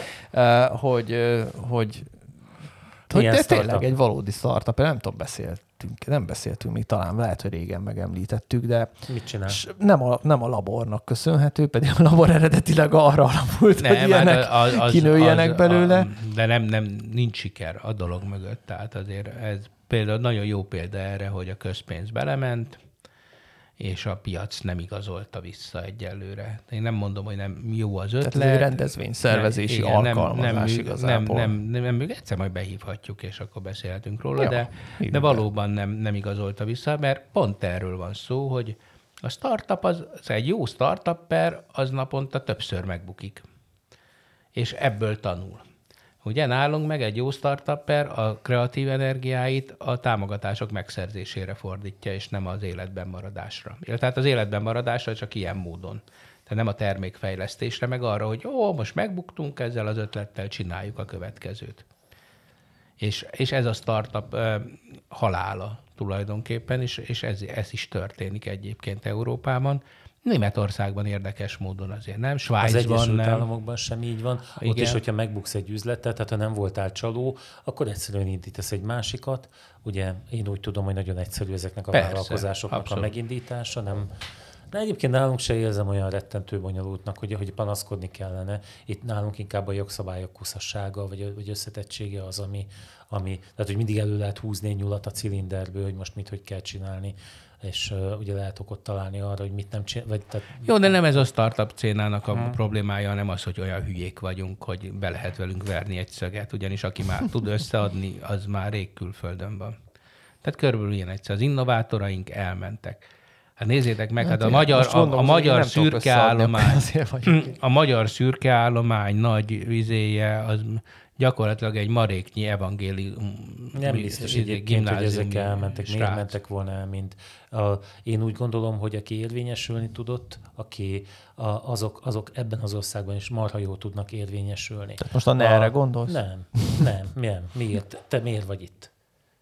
hogy tényleg egy valódi startup, nem tudom, nem beszéltünk még, talán lehet, hogy régen megemlítettük, de mit csinál? Nem a labornak köszönhető, pedig a labor eredetileg arra alapult, hogy ilyenek kinőjenek belőle. De nincs siker a dolog mögött, tehát azért ez például nagyon jó példa erre, hogy a közpénz belement, és a piac nem igazolta vissza egyelőre. Én nem mondom, hogy nem jó az ötlet. Tehát ez egy rendezvényszervezési alkalmazás igazából. Nem, egyszer majd behívhatjuk, és akkor beszélhetünk róla, de valóban nem igazolta vissza, mert pont erről van szó, A startup az egy jó startupper, az naponta többször megbukik. És ebből tanul. Ugye nálunk meg egy jó startupper a kreatív energiáit a támogatások megszerzésére fordítja, és nem az életben maradásra. Tehát az életben maradásra csak ilyen módon. Tehát nem a termékfejlesztésre, meg arra, hogy most megbuktunk ezzel az ötlettel, csináljuk a következőt. És ez a startup halála tulajdonképpen, és ez is történik egyébként Európában. Németországban érdekes módon azért nem, Svájcban nem. Az Egyesült Államokban sem így van. Igen. Ott is, hogyha megbuksz egy üzletet, tehát ha nem voltál csaló, akkor egyszerűen indítasz egy másikat. Ugye én úgy tudom, hogy nagyon egyszerű ezeknek a vállalkozásoknak abszolút a megindítása, nem. De egyébként nálunk se érzem olyan rettentő bonyolultnak, hogy panaszkodni kellene. Itt nálunk inkább a jogszabályok kuszassága, vagy összetettsége az, ami tehát, hogy mindig elő lehet húzni egy nyulat a cilinderből, hogy most hogy kell csinálni, és ugye lehet okot találni arra, hogy mit nem csinál. Jó, de nem ez a startup cénának a problémája, nem az, hogy olyan hülyék vagyunk, hogy be lehet velünk verni egy szöget, ugyanis aki már tud összeadni, az már rég külföldön van. Tehát körülbelül ilyen egyszer. Az innovátoraink elmentek. Hát nézzétek meg, hát a magyar szürke állomány nagy vizéje, az gyakorlatilag egy maréknyi evangélium. Nem biztos egyébként, hogy ezek elmentek. Miért mentek volna el, mint én úgy gondolom, hogy aki érvényesülni tudott, azok ebben az országban is marha jól tudnak érvényesülni. Tehát most erre gondolsz? Nem. Miért? Te miért vagy itt?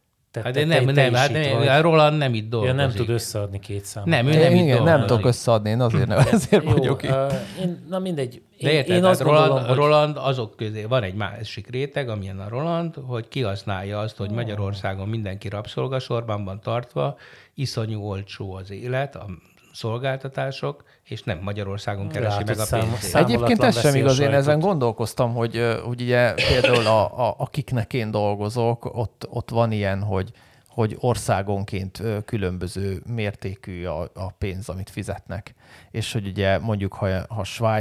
Roland nem itt dolgozik. Nem tud összeadni két számot. Nem, ő nem itt dolgozik. Nem tudok összeadni, én azért vagyok itt. Na mindegy. De érted, azt gondolom, Roland azok közé van egy másik réteg, amilyen a Roland, hogy kihasználja azt, hogy Magyarországon mindenki rabszolgasorban van tartva, iszonyú olcsó az élet, a szolgáltatások, és nem Magyarországon keresi meg a pénzét. Egyébként ez sem igaz, én ezen gondolkoztam, hogy ugye például akiknek én dolgozok, ott van ilyen, hogy országonként különböző mértékű a pénz, amit fizetnek. És hogy ugye mondjuk, ha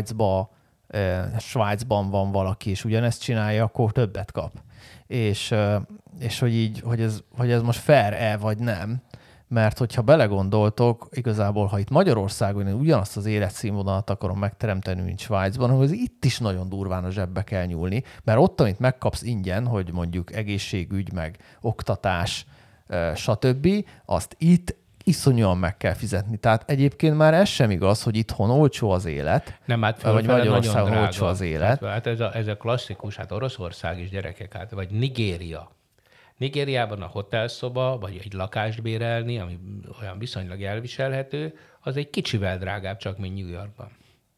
Svájcban van valaki, és ugyanezt csinálja, akkor többet kap. És hogy ez most fair-e, vagy nem, mert hogyha belegondoltok, igazából, ha itt Magyarországon én ugyanazt az életszínvonalat akarom megteremteni, mint Svájcban, akkor itt is nagyon durván a zsebbe kell nyúlni, mert ott, amit megkapsz ingyen, hogy mondjuk egészségügy, meg oktatás, stb., azt itt iszonyúan meg kell fizetni. Tehát egyébként már ez sem igaz, hogy itthon olcsó az élet, nem, hát vagy Magyarországon olcsó az élet. Hát ez a klasszikus, hát Oroszország is, gyerekek, vagy Nigéria. Nigériában a hotelszoba, vagy egy lakást bérelni, ami olyan viszonylag elviselhető, az egy kicsivel drágább csak, mint New Yorkban.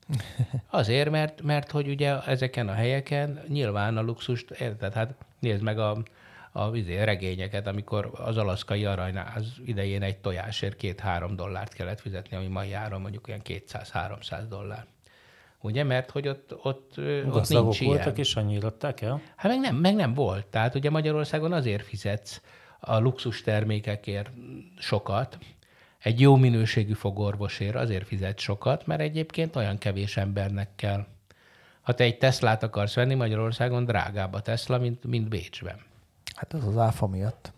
Azért, mert hogy ugye ezeken a helyeken nyilván a luxust, érted? Hát nézd meg a regényeket, amikor az alaszkai aranyház idején egy tojásért $2-3 kellett fizetni, ami mai áron mondjuk olyan $200-300. Ugye, mert hogy ott nincs ilyen. Voltak és annyira adták el? Hát meg nem volt. Tehát ugye Magyarországon azért fizetsz a luxus termékekért sokat, egy jó minőségű fogorvosért azért fizet sokat, mert egyébként olyan kevés embernek kell. Ha te egy Teslát akarsz venni, Magyarországon drágább a Tesla, mint Bécsben. Hát az áfa miatt.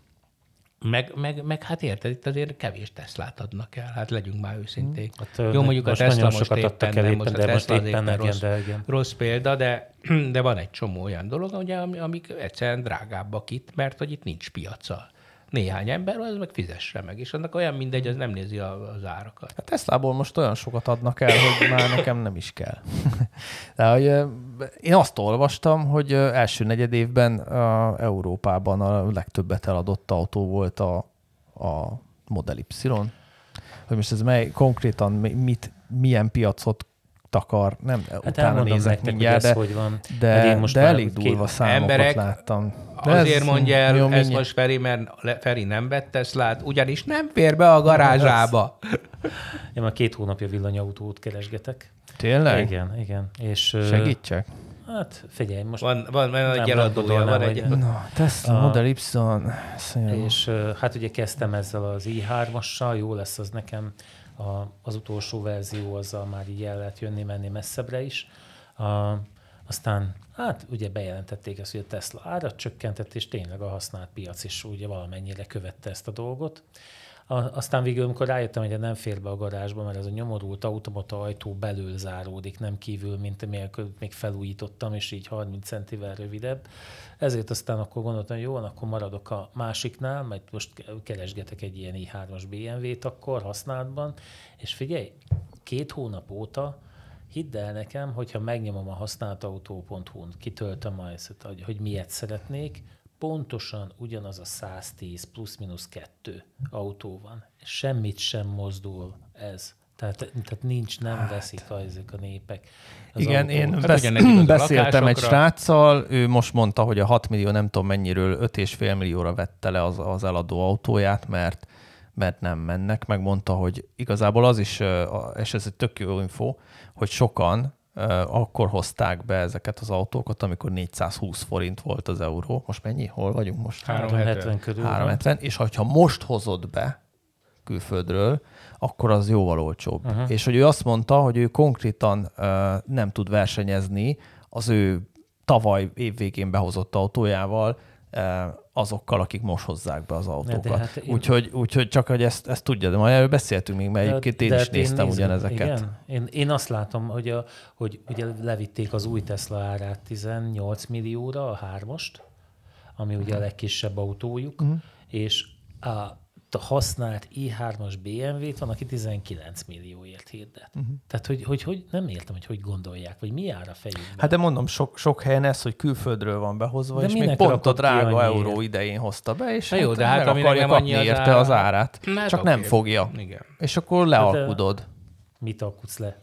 Meg hát érted, itt azért kevés Teslát adnak el, hát legyünk már őszinték. Hát, jó, mondjuk a Tesla most éppen nem, most a Tesla az éppen rossz példa, de van egy csomó olyan dolog, ugye, amik egyszerűen drágábbak itt, mert hogy itt nincs piaca. Néhány ember, az meg fizesse meg, és annak olyan mindegy, az nem nézi az árakat. A Teslából most olyan sokat adnak el, hogy már nekem nem is kell. De, hogy én azt olvastam, hogy első negyedévben Európában a legtöbbet eladott autó volt a Model Y. Hogy most ez konkrétan milyen piacot takar, nem, hát utána nézek mindjárt, hogy van. De elég durva számokat emberek láttam. De azért mondja el ezt most Feri, mert Feri nem vett Teslát, ugyanis nem fér be a garázsába. Én már 2 hónapja villanyautót keresgetek. Tényleg? Igen. És, segítsek? Hát figyelj, most... Van egy eladója, van egy... Tesla Model Y. És hát ugye kezdtem ezzel az i3-assal, jó lesz az nekem. Az utolsó verzió, azzal már így el lehet jönni, menni messzebbre is. Aztán hát ugye bejelentették ezt, hogy a Tesla árat csökkentett, és tényleg a használt piac is ugye valamennyire követte ezt a dolgot. Aztán végül, amikor rájöttem, hogy nem fér be a garázsba, mert ez a nyomorult automata ajtó belül záródik, nem kívül, mint amilyen még felújítottam, és így 30 centivel rövidebb. Ezért aztán akkor gondoltam, hogy jó, akkor maradok a másiknál, majd most keresgetek egy ilyen i3-as BMW-t akkor használatban, és figyelj, 2 hónap óta hidd el nekem, hogyha megnyomom a használtautó.hu-n, kitöltöm hogy miért szeretnék, pontosan ugyanaz a 110 plusz-minusz 2 autó van. Semmit sem mozdul ez. Tehát nem veszik ezek a népek. Igen, én beszéltem egy sráccal, ő most mondta, hogy a 6 millió nem tudom mennyiről 5,5 millióra vette le az eladó autóját, mert nem mennek. Megmondta, hogy igazából az is, és ez egy tök jó info, hogy sokan akkor hozták be ezeket az autókat, amikor 420 forint volt az euró. Most mennyi? Hol vagyunk most? 370 körül. 370, és ha most hozod be külföldről, akkor az jóval olcsóbb. Uh-huh. És hogy ő azt mondta, hogy ő konkrétan nem tud versenyezni az ő tavaly évvégén behozott autójával, azokkal, akik most hozzák be az autókat. Hát úgyhogy csak, hogy ezt tudja, de majd erről beszéltünk még, mert egyébként én is néztem ugyanezeket. Igen. Én azt látom, hogy ugye levitték az új Tesla árát 18 millióra, a 3-ast, ami ugye a legkisebb autójuk, és a használt i3-as BMW-t van, aki 19 millióért hirdet. Tehát, hogy nem értem, hogy gondolják, vagy mi jár a fejükben. Hát de mondom, sok helyen ez, hogy külföldről van behozva, de és még pont a drága euró idején hozta be, és jó, de hát meg akarja kapni érte az árát. Csak nem fogja. Igen. És akkor lealkudod. Mit alkudsz le?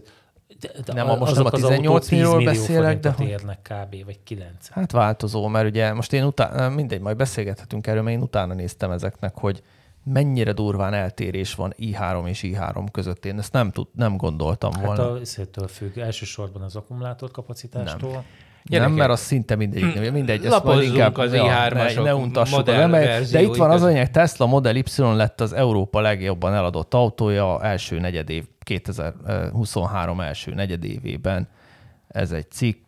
Most nem a 18 millióról beszélek, de érnek kb. Vagy 9. Hát változó, mert ugye most én mindegy, majd beszélgethetünk erről, mert én utána néztem ezeknek, hogy mennyire durván eltérés van i3 és i3 között. Én ezt nem gondoltam volna. Hát ezzel függ. Elsősorban az akkumulátor kapacitástól. Nem, mert az szinte mindegy. Lapozzunk az i3-asok ne untassuk de itt van az anyag, Tesla Model Y lett az Európa legjobban eladott autója első negyedév, 2023 első negyedévében. Ez egy cikk,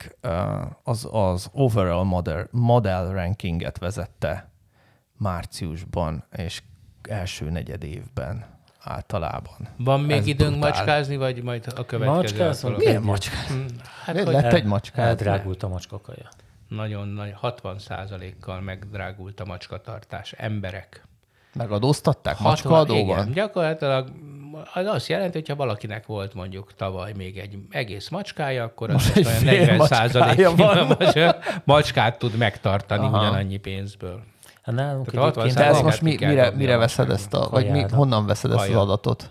az Overall Model Rankinget vezette márciusban, és első negyedévben általában. Van még időnk macskázni, vagy majd a következő? Macskázunk? Milyen macskázunk? Lett egy macskát. Eldrágult a macskakaja. Nagyon nagy, 60%-kal megdrágult a macskatartás. Emberek. Megadóztatták macskaadóval? Igen, gyakorlatilag az azt jelenti, hogyha valakinek volt mondjuk tavaly még egy egész macskája, akkor az most olyan 40% macskát tud megtartani ugyanannyi pénzből. De ez most mire veszed ezt vagy honnan veszed ezt az adatot?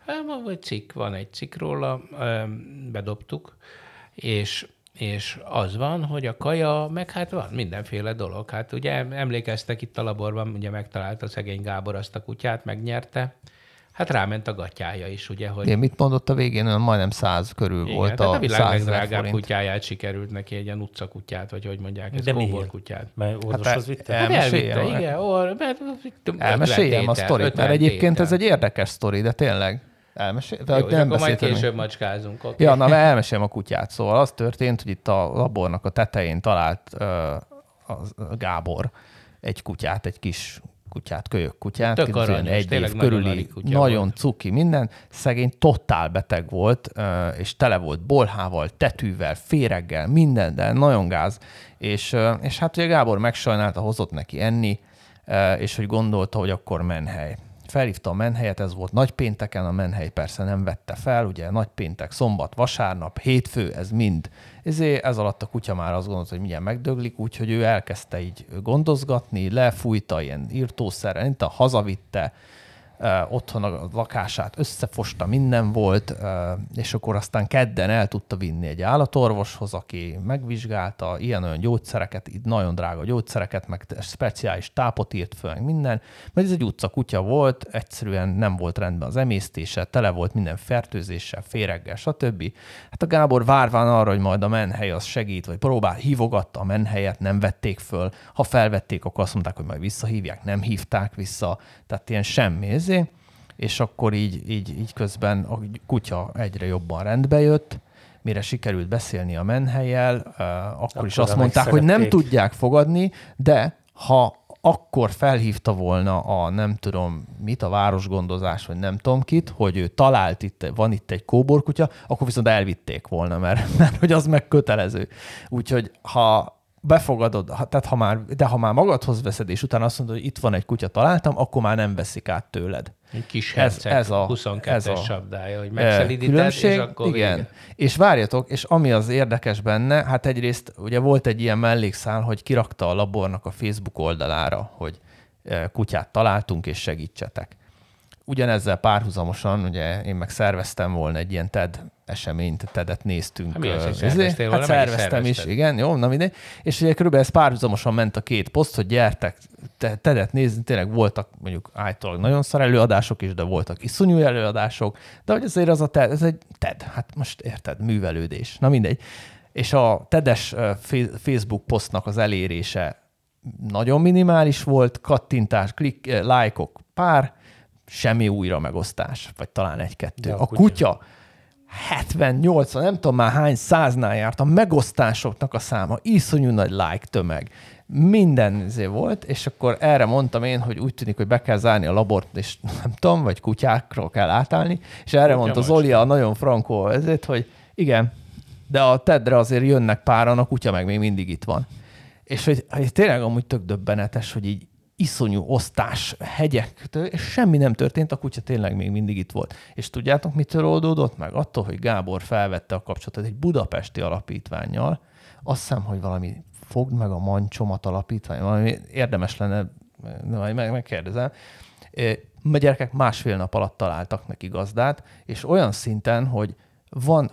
Van egy cikk róla, bedobtuk, és az van, hogy a kaja, meg hát van mindenféle dolog. Hát ugye emlékeztek itt a laborban, ugye megtalálta szegény Gábor azt a kutyát, megnyerte. Hát ráment a gatyája is, ugye, hogy... Igen, mit mondott a végén? Majdnem 100 körül igen, volt a 100 000 forint. A világ legdrágább kutyáját sikerült neki, egy ilyen utcakutyát, vagy hogy mondják, ez kóborkutyát. Mert orvoshoz vitte? Elvitte, igen. Elmeséljem a sztorit, mert egyébként ez egy érdekes sztori, de tényleg. Jó, nem akkor majd később macskázunk. Okay. Ja, elmesélem a kutyát. Szóval az történt, hogy itt a labornak a tetején talált Gábor egy kutyát, egy kis kutyát, kölyök kutyát, egy év körüli, nagyon volt. Cuki, minden. Szegény totál beteg volt, és tele volt bolhával, tetűvel, féreggel, minden, de nagyon gáz. És hát ugye Gábor megsajnálta, hozott neki enni, és hogy gondolta, hogy akkor menhely. Felhívta a menhelyet, ez volt nagypénteken, a menhely persze nem vette fel, ugye nagypéntek, szombat, vasárnap, hétfő, ez mind. Ez alatt a kutya már azt gondolta, hogy mindjárt megdöglik, úgyhogy ő elkezdte így gondozgatni, lefújta ilyen írtószerrel, hazavitte, otthon a lakását összefosta, minden volt, és akkor aztán kedden el tudta vinni egy állatorvoshoz, aki megvizsgálta ilyen-olyan gyógyszereket, nagyon drága gyógyszereket, meg speciális tápot írt föl, meg minden, mert ez egy utcakutya volt, egyszerűen nem volt rendben az emésztése, tele volt minden fertőzéssel, féreggel, stb. Hát a Gábor várván arra, hogy majd a menhely az segít, vagy hívogatta a menhelyet, nem vették föl, ha felvették, akkor azt mondták, hogy majd visszahívják, nem hívták vissza, tehát ilyen semmi. És akkor így közben a kutya egyre jobban rendbe jött, mire sikerült beszélni a menhellyel, akkor is azt mondták, hogy nem tudják fogadni, de ha akkor felhívta volna nem tudom mit, a városgondozás, vagy nem tudom kit, hogy ő talált van itt egy kóborkutya, akkor viszont elvitték volna, mert hogy az meg kötelező. Úgyhogy ha befogadod, tehát ha már magadhoz veszed, és utána azt mondod, hogy itt van egy kutya, találtam, akkor már nem veszik át tőled. Egy kis herceg 22-es csapdája, hogy megszelidíted, és akkor igen. Vége. És várjatok, és ami az érdekes benne, hát egyrészt ugye volt egy ilyen mellékszál, hogy kirakta a labornak a Facebook oldalára, hogy kutyát találtunk, és segítsetek. Ugyanezzel párhuzamosan, ugye én meg szerveztem volna egy ilyen TED eseményt, TED-et néztünk. Hát szerveztem is, igen, jó, na mindegy. És ugye körülbelül ez párhuzamosan ment a két poszt, hogy gyertek TED-et nézni, tényleg voltak mondjuk állítólag nagyon szar előadások is, de voltak iszonyú előadások, de hogy azért az a TED, ez egy TED, hát most érted, művelődés, na mindegy. És a TED-es Facebook posztnak az elérése nagyon minimális volt, kattintás, lájkok pár, semmi újra megosztás, vagy talán egy-kettő. A kutya 70-80, nem tudom már hány száznál járt, a megosztásoknak a száma, iszonyú nagy like tömeg. Minden volt, és akkor erre mondtam én, hogy úgy tűnik, hogy be kell zárni a labort, és nem tudom, vagy kutyákról kell átállni, és erre mondta Zoli a nagyon frankó ezért, hogy igen, de a TED-re azért jönnek páran, a kutya meg még mindig itt van. És hogy tényleg amúgy tök döbbenetes, hogy így iszonyú osztás, hegyek, és semmi nem történt, a kutya tényleg még mindig itt volt. És tudjátok, mitől oldódott meg? Attól, hogy Gábor felvette a kapcsolatot egy budapesti alapítvánnyal, azt hiszem, hogy valami Fogd meg a Mancsomat alapítvány, valami érdemes lenne, majd megkérdezem. A gyerekek 1,5 nap alatt találtak neki gazdát, és olyan szinten, hogy van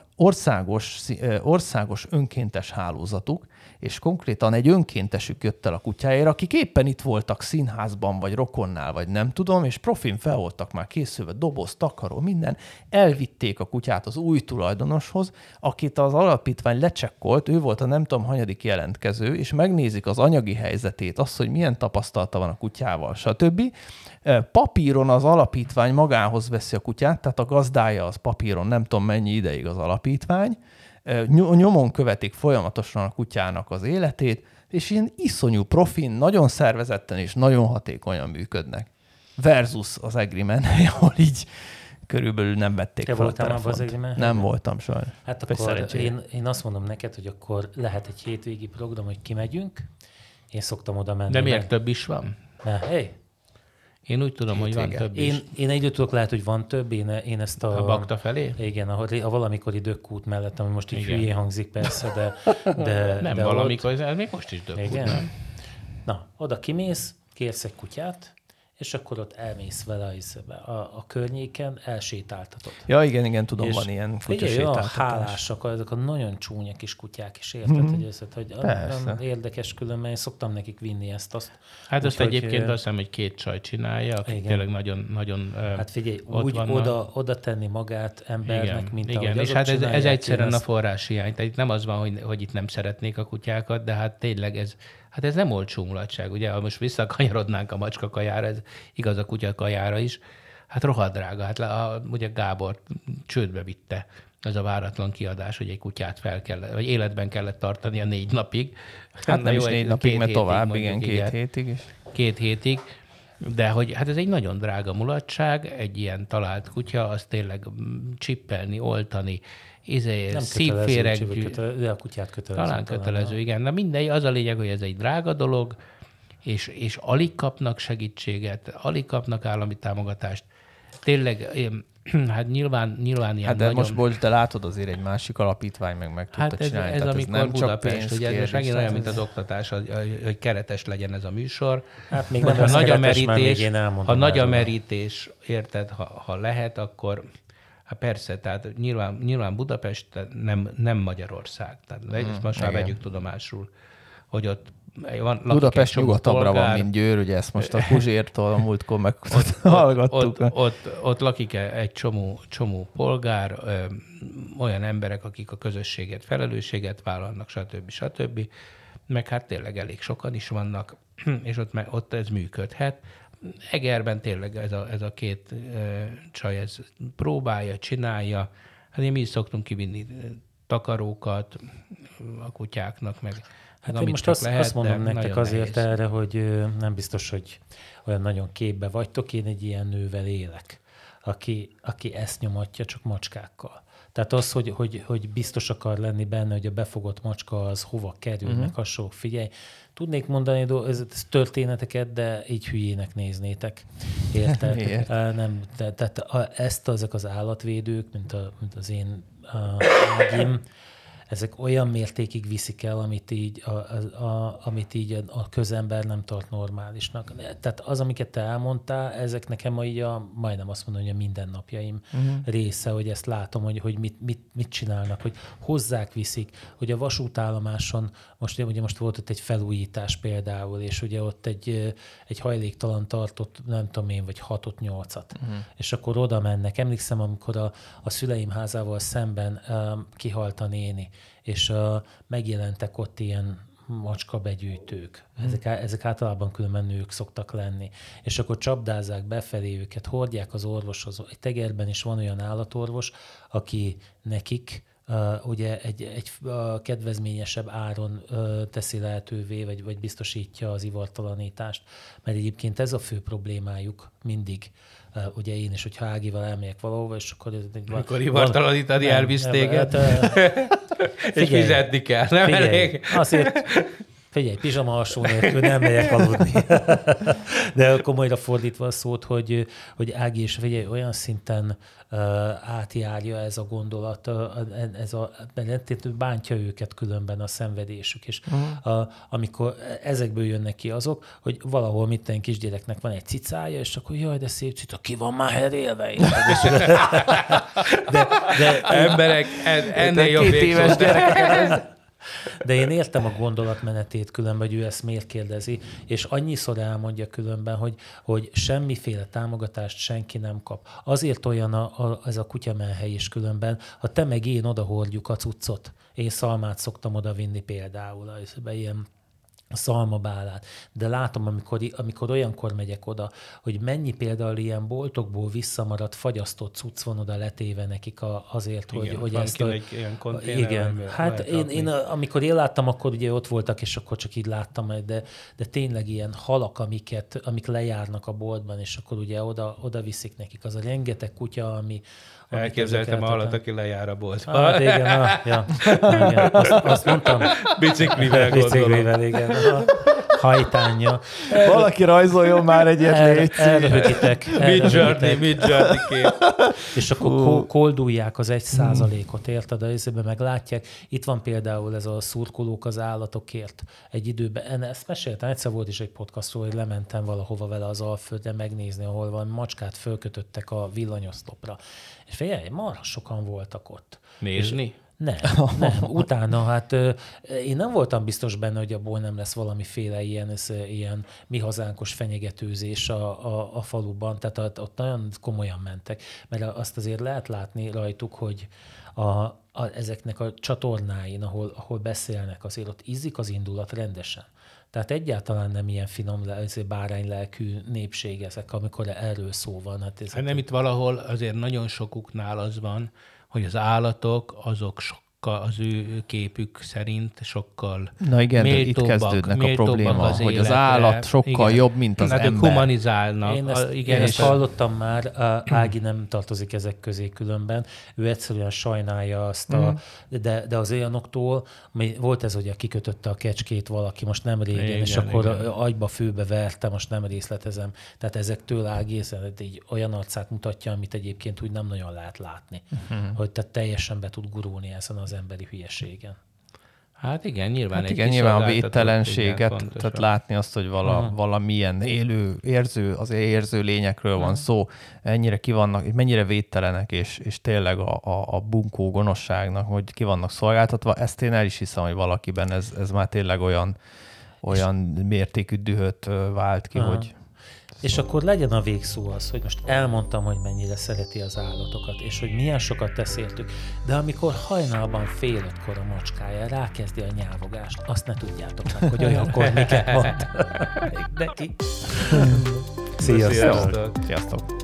országos önkéntes hálózatuk, és konkrétan egy önkéntesük jött el a kutyájára, akik éppen itt voltak színházban, vagy rokonnál, vagy nem tudom, és profin fel voltak már készülve, doboz, takaró, minden, elvitték a kutyát az új tulajdonoshoz, akit az alapítvány lecsekkolt, ő volt a nem tudom hanyadik jelentkező, és megnézik az anyagi helyzetét, azt, hogy milyen tapasztalata van a kutyával, stb. Papíron az alapítvány magához veszi a kutyát, tehát a gazdája az papíron nem tudom mennyi ideig az alapítvány, nyomon követik folyamatosan a kutyának az életét, és ilyen iszonyú profin, nagyon szervezetten és nagyon hatékonyan működnek. Versus az Agreement, ahol így körülbelül nem vették fel a telefont. Nem voltam sajnos. Hát akkor én azt mondom neked, hogy akkor lehet egy hétvégi program, hogy kimegyünk. Én szoktam oda menni. De miért több is van? Én úgy tudom, hogy van több is. Én együtt tudok, lehet, hogy van több. Én ezt a Bakta felé? Igen, a valamikori Dökkút mellett, ami most így hülyén hangzik persze, de nem, de valamikor, ez még most is Dökkút, igen. Nem? Na, oda kimész, kérsz egy kutyát, és akkor ott elmész vele a környéken, elsétáltatod. Ja, igen, tudom, és van ilyen kutyasétáltatás. Hálásak, ezek a nagyon csúnya kis kutyák is, érted? Hogy érdekes különben, én szoktam nekik vinni ezt-azt. Hát azt egyébként azt hiszem, hogy 2 csaj csinálja, akik tényleg nagyon hát figyelj, úgy oda tenni magát embernek, mint igen, és hát ez egyszerűen a forráshiány. Tehát itt nem az van, hogy itt nem szeretnék a kutyákat, de hát tényleg ez nem olcsó mulatság, ugye? Ha most visszakanyarodnánk a macska kajára, ez igaz a kutya kajára is, hát rohadt drága. Hát ugye Gábor csődbe vitte ez a váratlan kiadás, hogy egy kutyát vagy életben kellett tartani a 4 napig. Hát nem is 4 napig, mert tovább, mondjuk, igen, 2 hétig is. 2 hétig. De hogy hát ez egy nagyon drága mulatság, egy ilyen talált kutya, az tényleg csippelni, oltani, szívféreggyű. De a kutyát kötelező. Talán kötelező, igen. De mindegy, az a lényeg, hogy ez egy drága dolog, és alig kapnak segítséget, alig kapnak állami támogatást. Tényleg, hát nyilván ilyen hát de nagyon... most bocs, de látod azért egy másik alapítvány meg tudta csinálni. Ez amikor nem Budapest, ugye ez megint olyan, mint az oktatás, hogy keretes legyen ez a műsor. Hát még ha nagy a merítés, érted, ha lehet, akkor hát persze, tehát nyilván Budapest nem Magyarország. Tehát most már vegyük tudomásul, hogy ott Budapest nyugatabbra van, mint Győr, ugye ezt most a Puzsértól a múltkor meghallgattuk. Ott lakik egy csomó polgár, olyan emberek, akik a közösséget, felelősséget vállalnak, stb. Meg hát tényleg elég sokan is vannak, és ott ez működhet. Egerben tényleg ez a 2 csaj ez próbálja, csinálja. Hát mi is szoktunk kivinni takarókat a kutyáknak, meg Hát amit én most csak lehet, azt mondom nektek azért nehéz. erre, hogy nem biztos, hogy olyan nagyon képbe vagytok. Én egy ilyen nővel élek, aki ezt nyomatja csak macskákkal. Tehát az, hogy biztos akar lenni benne, hogy a befogott macska az hova kerül, meg hasonló. Figyelj, tudnék mondani történeteket, de így hülyének néznétek. Érted? Nem, tehát ezek az állatvédők, mint az én ágim, ezek olyan mértékig viszik el, amit így a közember nem tart normálisnak. Tehát az, amiket te elmondtál, ezek nekem így majdnem azt mondom, hogy a mindennapjaim része, hogy ezt látom, hogy mit csinálnak, hogy hozzák, viszik, hogy a vasútállomáson, most volt ott egy felújítás például, és ugye ott egy hajléktalan tartott, nem tudom én, vagy 6-8-at. És akkor oda mennek. Emlékszem, amikor a szüleim házával szemben kihalt a néni, és megjelentek ott ilyen macskabegyűjtők. Ezek általában különben nők szoktak lenni. És akkor csapdázzák befelé őket, hordják az orvoshoz. Egy tegerben is van olyan állatorvos, aki nekik ugye egy kedvezményesebb áron teszi lehetővé, vagy biztosítja az ivartalanítást. Mert egyébként ez a fő problémájuk mindig. Ugye én is, hogyha Ágival elmegyek valahova, és akkor... Amikor ivartalanítani elvisz téged, és fizetni kell, nem elég? Azért... Figyelj, pizsama alsó nélkül nem megyek aludni. De komolyra fordítva a szót, hogy Ági is figyelj, olyan szinten átjárja ez a gondolat, bántja őket különben a szenvedésük. És amikor ezekből jönnek ki azok, hogy valahol minden kisgyereknek van egy cicája, és akkor jaj, de szép cica, ki van már herélve? De emberek, ennél jobb éves gyerekek. De én értem a gondolatmenetét különben, hogy ő ezt miért kérdezi, és annyiszor elmondja különben, hogy semmiféle támogatást senki nem kap. Azért olyan ez a kutyamenhely is különben, ha te meg én odahordjuk a cuccot. Én szalmát szoktam odavinni például, ilyen szalmabálát. De látom, amikor olyankor megyek oda, hogy mennyi például ilyen boltokból visszamaradt fagyasztott cucc van oda letéve nekik azért, igen, hogy ezt... Egy ilyen konténer, igen, hát én amikor én láttam, akkor ugye ott voltak, és akkor csak így láttam, de tényleg ilyen halak, amik lejárnak a boltban, és akkor ugye oda viszik nekik. Az a rengeteg kutya, ami elképzeltem a halat, aki lejár a boltba. Hát igen, igen. Azt mondtam. Biciklivel, igen. Hajtánja. Valaki rajzoljon már egy ilyet, légy Elröhögitek. Mid-journey kép. És akkor koldulják az 1%-ot, érted? Ezzel meglátják. Itt van például ez a szurkolók az állatokért. Egy időben, ezt meséltem, egyszer volt is egy podcastról, hogy lementem valahova vele az Alföldre megnézni, ahol valami macskát fölkötöttek a villanyoszlopra. És figyelj, marha sokan voltak ott. Nézni? Nem. Utána hát én nem voltam biztos benne, hogy abból nem lesz valamiféle ilyen mi hazánkos fenyegetőzés a faluban, tehát ott nagyon komolyan mentek, mert azt azért lehet látni rajtuk, hogy ezeknek a csatornáin, ahol beszélnek, azért ott izzik az indulat rendesen. Tehát egyáltalán nem ilyen finom, báránylelkű népség ezek, amikor erről szó van. Hát nem itt valahol azért nagyon sokuknál az van, hogy az állatok azok az ő képük szerint sokkal na igen, itt kezdődnek a probléma, hogy az állat sokkal jobb, mint az ember. Ők humanizálnak. Én ezt hallottam már, Ági nem tartozik ezek közé különben. Ő egyszerűen sajnálja azt, de az olyanoktól, volt ez, hogy kikötötte a kecskét valaki most nem régen, igen, és akkor agyba főbe verte, most nem részletezem. Tehát ezektől Ági így olyan arcát mutatja, amit egyébként úgy nem nagyon lehet látni. Hogy tehát teljesen be tud gurulni ezen az emberi hülyeségen. Hát igen, nyilván nyilván a védtelenséget, tehát látni azt, hogy valamilyen érző lényekről van szó, ennyire ki vannak, mennyire védtelenek, és tényleg a bunkó gonoszságnak, hogy ki vannak szolgáltatva, ezt én el is hiszem, hogy valakiben ez már tényleg olyan mértékű dühöt vált ki, hogy... És akkor legyen a végszó az, hogy most elmondtam, hogy mennyire szereti az állatokat, és hogy milyen sokat tesz értük, de amikor hajnalban 4:30 a macskája rákezdi a nyávogást, azt ne tudjátok meg, hogy olyankor miket mond neki. Sziasztok! Sziasztok!